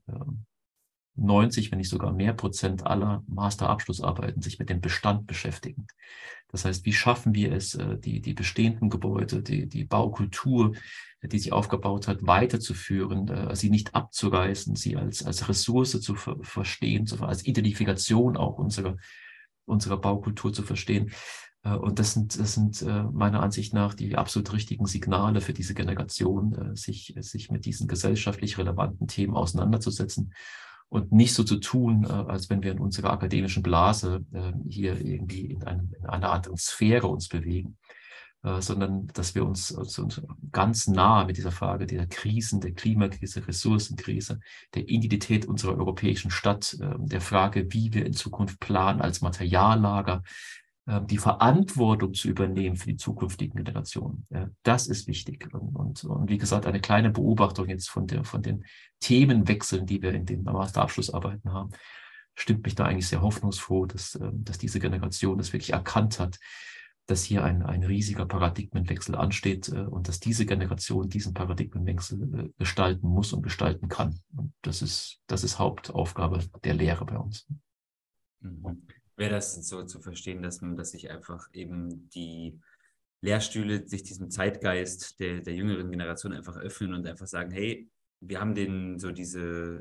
90, wenn nicht sogar mehr Prozent aller Masterabschlussarbeiten sich mit dem Bestand beschäftigen. Das heißt, wie schaffen wir es, die bestehenden Gebäude, die Baukultur, die sich aufgebaut hat, weiterzuführen, sie nicht abzureißen, sie als Ressource zu verstehen, als Identifikation auch unserer Baukultur zu verstehen. Und das sind meiner Ansicht nach die absolut richtigen Signale für diese Generation, sich mit diesen gesellschaftlich relevanten Themen auseinanderzusetzen. Und nicht so zu tun, als wenn wir in unserer akademischen Blase hier irgendwie in einer anderen Sphäre uns bewegen, sondern dass wir uns ganz nah mit dieser Frage der Krisen, der Klimakrise, Ressourcenkrise, der Identität unserer europäischen Stadt, der Frage, wie wir in Zukunft planen als Materiallager, die Verantwortung zu übernehmen für die zukünftigen Generationen. Das ist wichtig. Und wie gesagt, eine kleine Beobachtung jetzt von den Themenwechseln, die wir in den Masterabschlussarbeiten haben, stimmt mich da eigentlich sehr hoffnungsfroh, dass diese Generation das wirklich erkannt hat, dass hier ein riesiger Paradigmenwechsel ansteht und dass diese Generation diesen Paradigmenwechsel gestalten muss und gestalten kann. Und das ist Hauptaufgabe der Lehre bei uns. Mhm. Wäre das so zu verstehen, dass sich einfach eben die Lehrstühle sich diesem Zeitgeist der jüngeren Generation einfach öffnen und einfach sagen, hey, wir haben denen so diese,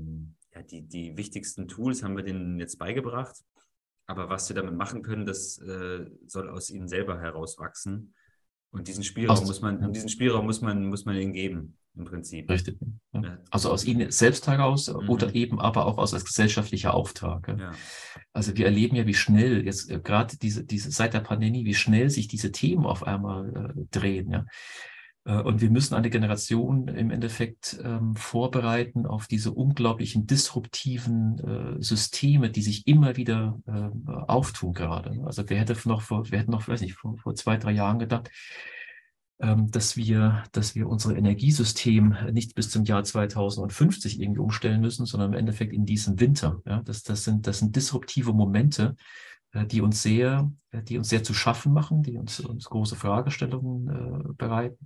die wichtigsten Tools haben wir denen jetzt beigebracht, aber was sie damit machen können, das soll aus ihnen selber herauswachsen. Und diesen Spielraum muss man ihnen geben, im Prinzip. Richtig. Ja. Also aus ihnen selbst heraus oder eben aber auch als gesellschaftlicher Auftrag. Ja. Ja. Also wir erleben ja, wie schnell jetzt gerade diese seit der Pandemie, wie schnell sich diese Themen auf einmal drehen. Ja. Und wir müssen eine Generation im Endeffekt vorbereiten auf diese unglaublichen disruptiven Systeme, die sich immer wieder auftun gerade. Also wir hätten noch, weiß nicht, vor 2-3 Jahren gedacht, dass wir unser Energiesystem nicht bis zum Jahr 2050 irgendwie umstellen müssen, sondern im Endeffekt in diesem Winter. Ja, das sind disruptive Momente, die uns sehr zu schaffen machen, die uns große Fragestellungen bereiten,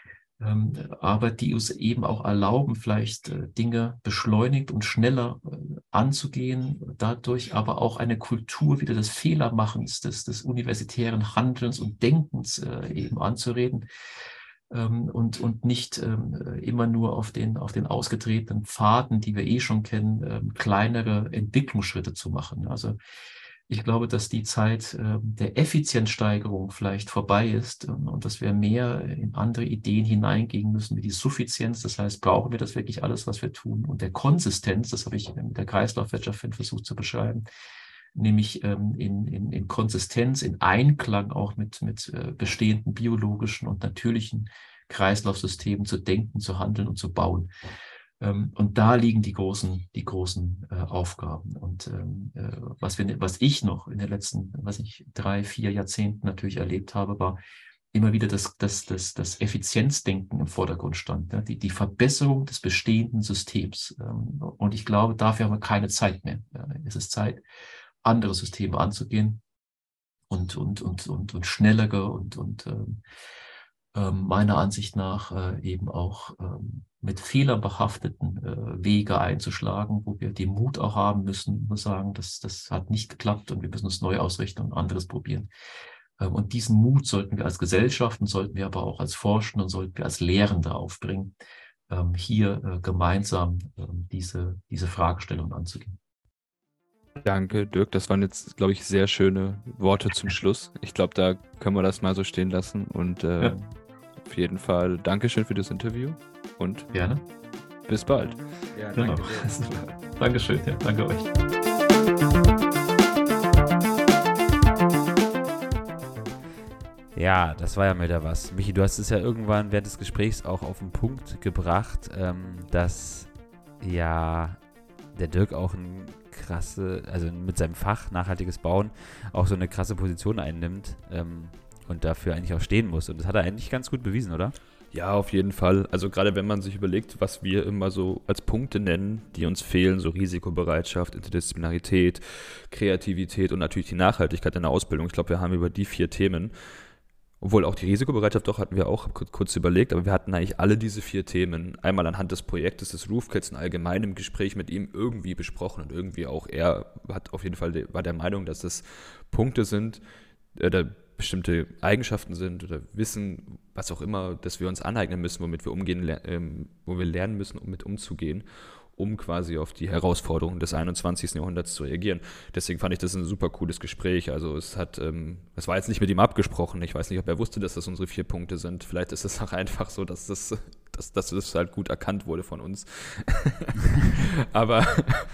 aber die uns eben auch erlauben, vielleicht Dinge beschleunigt und schneller anzugehen, dadurch aber auch eine Kultur wieder des Fehlermachens, des universitären Handelns und Denkens eben anzureden. Und nicht immer nur auf den ausgetretenen Pfaden, die wir schon kennen, kleinere Entwicklungsschritte zu machen. Also ich glaube, dass die Zeit der Effizienzsteigerung vielleicht vorbei ist und dass wir mehr in andere Ideen hineingehen müssen, wie die Suffizienz. Das heißt, brauchen wir das wirklich alles, was wir tun? Und der Konsistenz, das habe ich mit der Kreislaufwirtschaft versucht zu beschreiben, nämlich in Konsistenz, in Einklang auch mit bestehenden biologischen und natürlichen Kreislaufsystemen zu denken, zu handeln und zu bauen. Und da liegen die großen Aufgaben. Und was ich noch in den letzten, 3-4 Jahrzehnten natürlich erlebt habe, war immer wieder das Effizienzdenken im Vordergrund stand, ne? Die Verbesserung des bestehenden Systems. Und ich glaube, dafür haben wir keine Zeit mehr. Es ist Zeit, andere Systeme anzugehen und schnellere und meiner Ansicht nach eben auch mit Fehlern behafteten Wege einzuschlagen, wo wir den Mut auch haben müssen, muss sagen, das hat nicht geklappt und wir müssen uns neu ausrichten und anderes probieren. Und diesen Mut sollten wir als Gesellschaft und sollten wir aber auch als Forschende und sollten wir als Lehrende aufbringen, hier gemeinsam diese Fragestellung anzugehen. Danke, Dirk. Das waren jetzt, glaube ich, sehr schöne Worte zum Schluss. Ich glaube, da können wir das mal so stehen lassen und Auf jeden Fall Dankeschön für das Interview und Gerne. bis bald. Ja, genau. Dankeschön, ja, danke euch. Ja, das war ja mal wieder was. Michi, du hast es ja irgendwann während des Gesprächs auch auf den Punkt gebracht, dass ja der Dirk auch also mit seinem Fach nachhaltiges Bauen auch so eine krasse Position einnimmt und dafür eigentlich auch stehen muss. Und das hat er eigentlich ganz gut bewiesen, oder? Ja, auf jeden Fall. Also gerade wenn man sich überlegt, was wir immer so als Punkte nennen, die uns fehlen, so Risikobereitschaft, Interdisziplinarität, Kreativität und natürlich die Nachhaltigkeit in der Ausbildung. Ich glaube, wir haben über die 4 Themen, obwohl auch die Risikobereitschaft doch hatten wir auch kurz überlegt, aber wir hatten eigentlich alle diese 4 Themen einmal anhand des Projektes des Roofkits in allgemeinem Gespräch mit ihm irgendwie besprochen und irgendwie auch er hat auf jeden Fall war der Meinung, dass das Punkte sind, oder bestimmte Eigenschaften sind oder Wissen, was auch immer, dass wir uns aneignen müssen, womit wir wo wir lernen müssen, um mit umzugehen, um quasi auf die Herausforderungen des 21. Jahrhunderts zu reagieren. Deswegen fand ich das ein super cooles Gespräch. Also es war jetzt nicht mit ihm abgesprochen. Ich weiß nicht, ob er wusste, dass das unsere 4 Punkte sind. Vielleicht ist es auch einfach so, dass das halt gut erkannt wurde von uns. Aber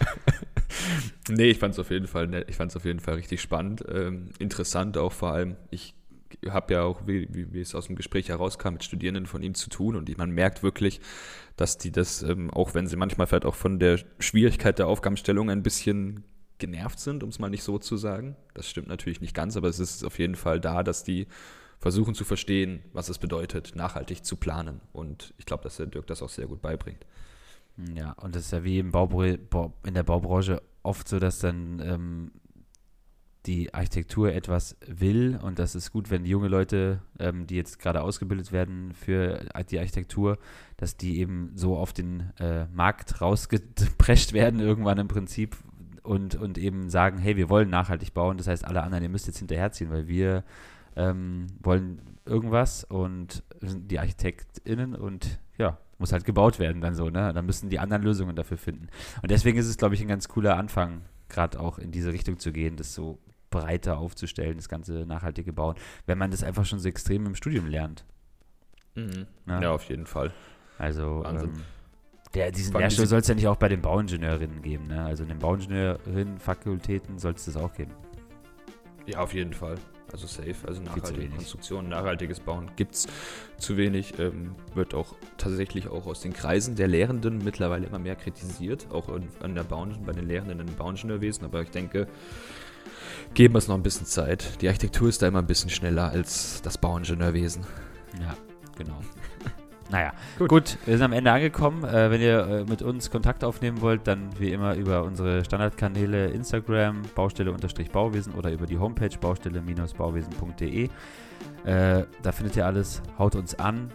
nee, ich fand es auf jeden Fall nett. Ich fand es auf jeden Fall richtig spannend. Interessant auch vor allem. Ich habe ja auch, wie es aus dem Gespräch herauskam, mit Studierenden von ihm zu tun und man merkt wirklich, dass die das, auch wenn sie manchmal vielleicht auch von der Schwierigkeit der Aufgabenstellung ein bisschen genervt sind, um es mal nicht so zu sagen. Das stimmt natürlich nicht ganz, aber es ist auf jeden Fall da, dass die versuchen zu verstehen, was es bedeutet, nachhaltig zu planen. Und ich glaube, dass der Dirk das auch sehr gut beibringt. Ja, und das ist ja wie in der Baubranche oft so, dass dann die Architektur etwas will und das ist gut, wenn die junge Leute, die jetzt gerade ausgebildet werden für die Architektur, dass die eben so auf den Markt rausgeprescht werden irgendwann im Prinzip und eben sagen, hey, wir wollen nachhaltig bauen, das heißt, alle anderen, ihr müsst jetzt hinterherziehen, weil wir wollen irgendwas und sind die ArchitektInnen und ja, muss halt gebaut werden dann so, ne? Dann müssen die anderen Lösungen dafür finden. Und deswegen ist es, glaube ich, ein ganz cooler Anfang, gerade auch in diese Richtung zu gehen, das so breiter aufzustellen, das ganze nachhaltige Bauen, wenn man das einfach schon so extrem im Studium lernt. Mhm. Ja, auf jeden Fall. Also diesen Lehrstuhl soll es ja nicht auch bei den Bauingenieurinnen geben, ne? Also in den Bauingenieurinnen-Fakultäten soll es das auch geben. Ja, auf jeden Fall. Also safe, also nachhaltige Konstruktion, nachhaltiges Bauen gibt es zu wenig, wird auch tatsächlich auch aus den Kreisen der Lehrenden mittlerweile immer mehr kritisiert, auch bei den Lehrenden im Bauingenieurwesen, aber ich denke, geben wir es noch ein bisschen Zeit. Die Architektur ist da immer ein bisschen schneller als das Bauingenieurwesen. Ja, genau. Naja, gut, wir sind am Ende angekommen. Wenn ihr mit uns Kontakt aufnehmen wollt, dann wie immer über unsere Standardkanäle Instagram, Baustelle-Bauwesen oder über die Homepage baustelle-bauwesen.de. Da findet ihr alles, haut uns an.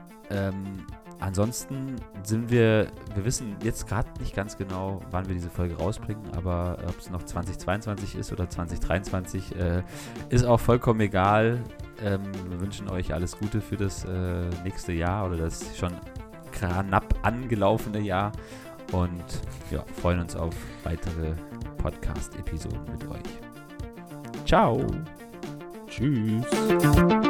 Ansonsten wir wissen jetzt gerade nicht ganz genau, wann wir diese Folge rausbringen, aber ob es noch 2022 ist oder 2023, ist auch vollkommen egal. Wir wünschen euch alles Gute für das nächste Jahr oder das schon knapp angelaufene Jahr und ja, freuen uns auf weitere Podcast-Episoden mit euch. Ciao! Tschüss!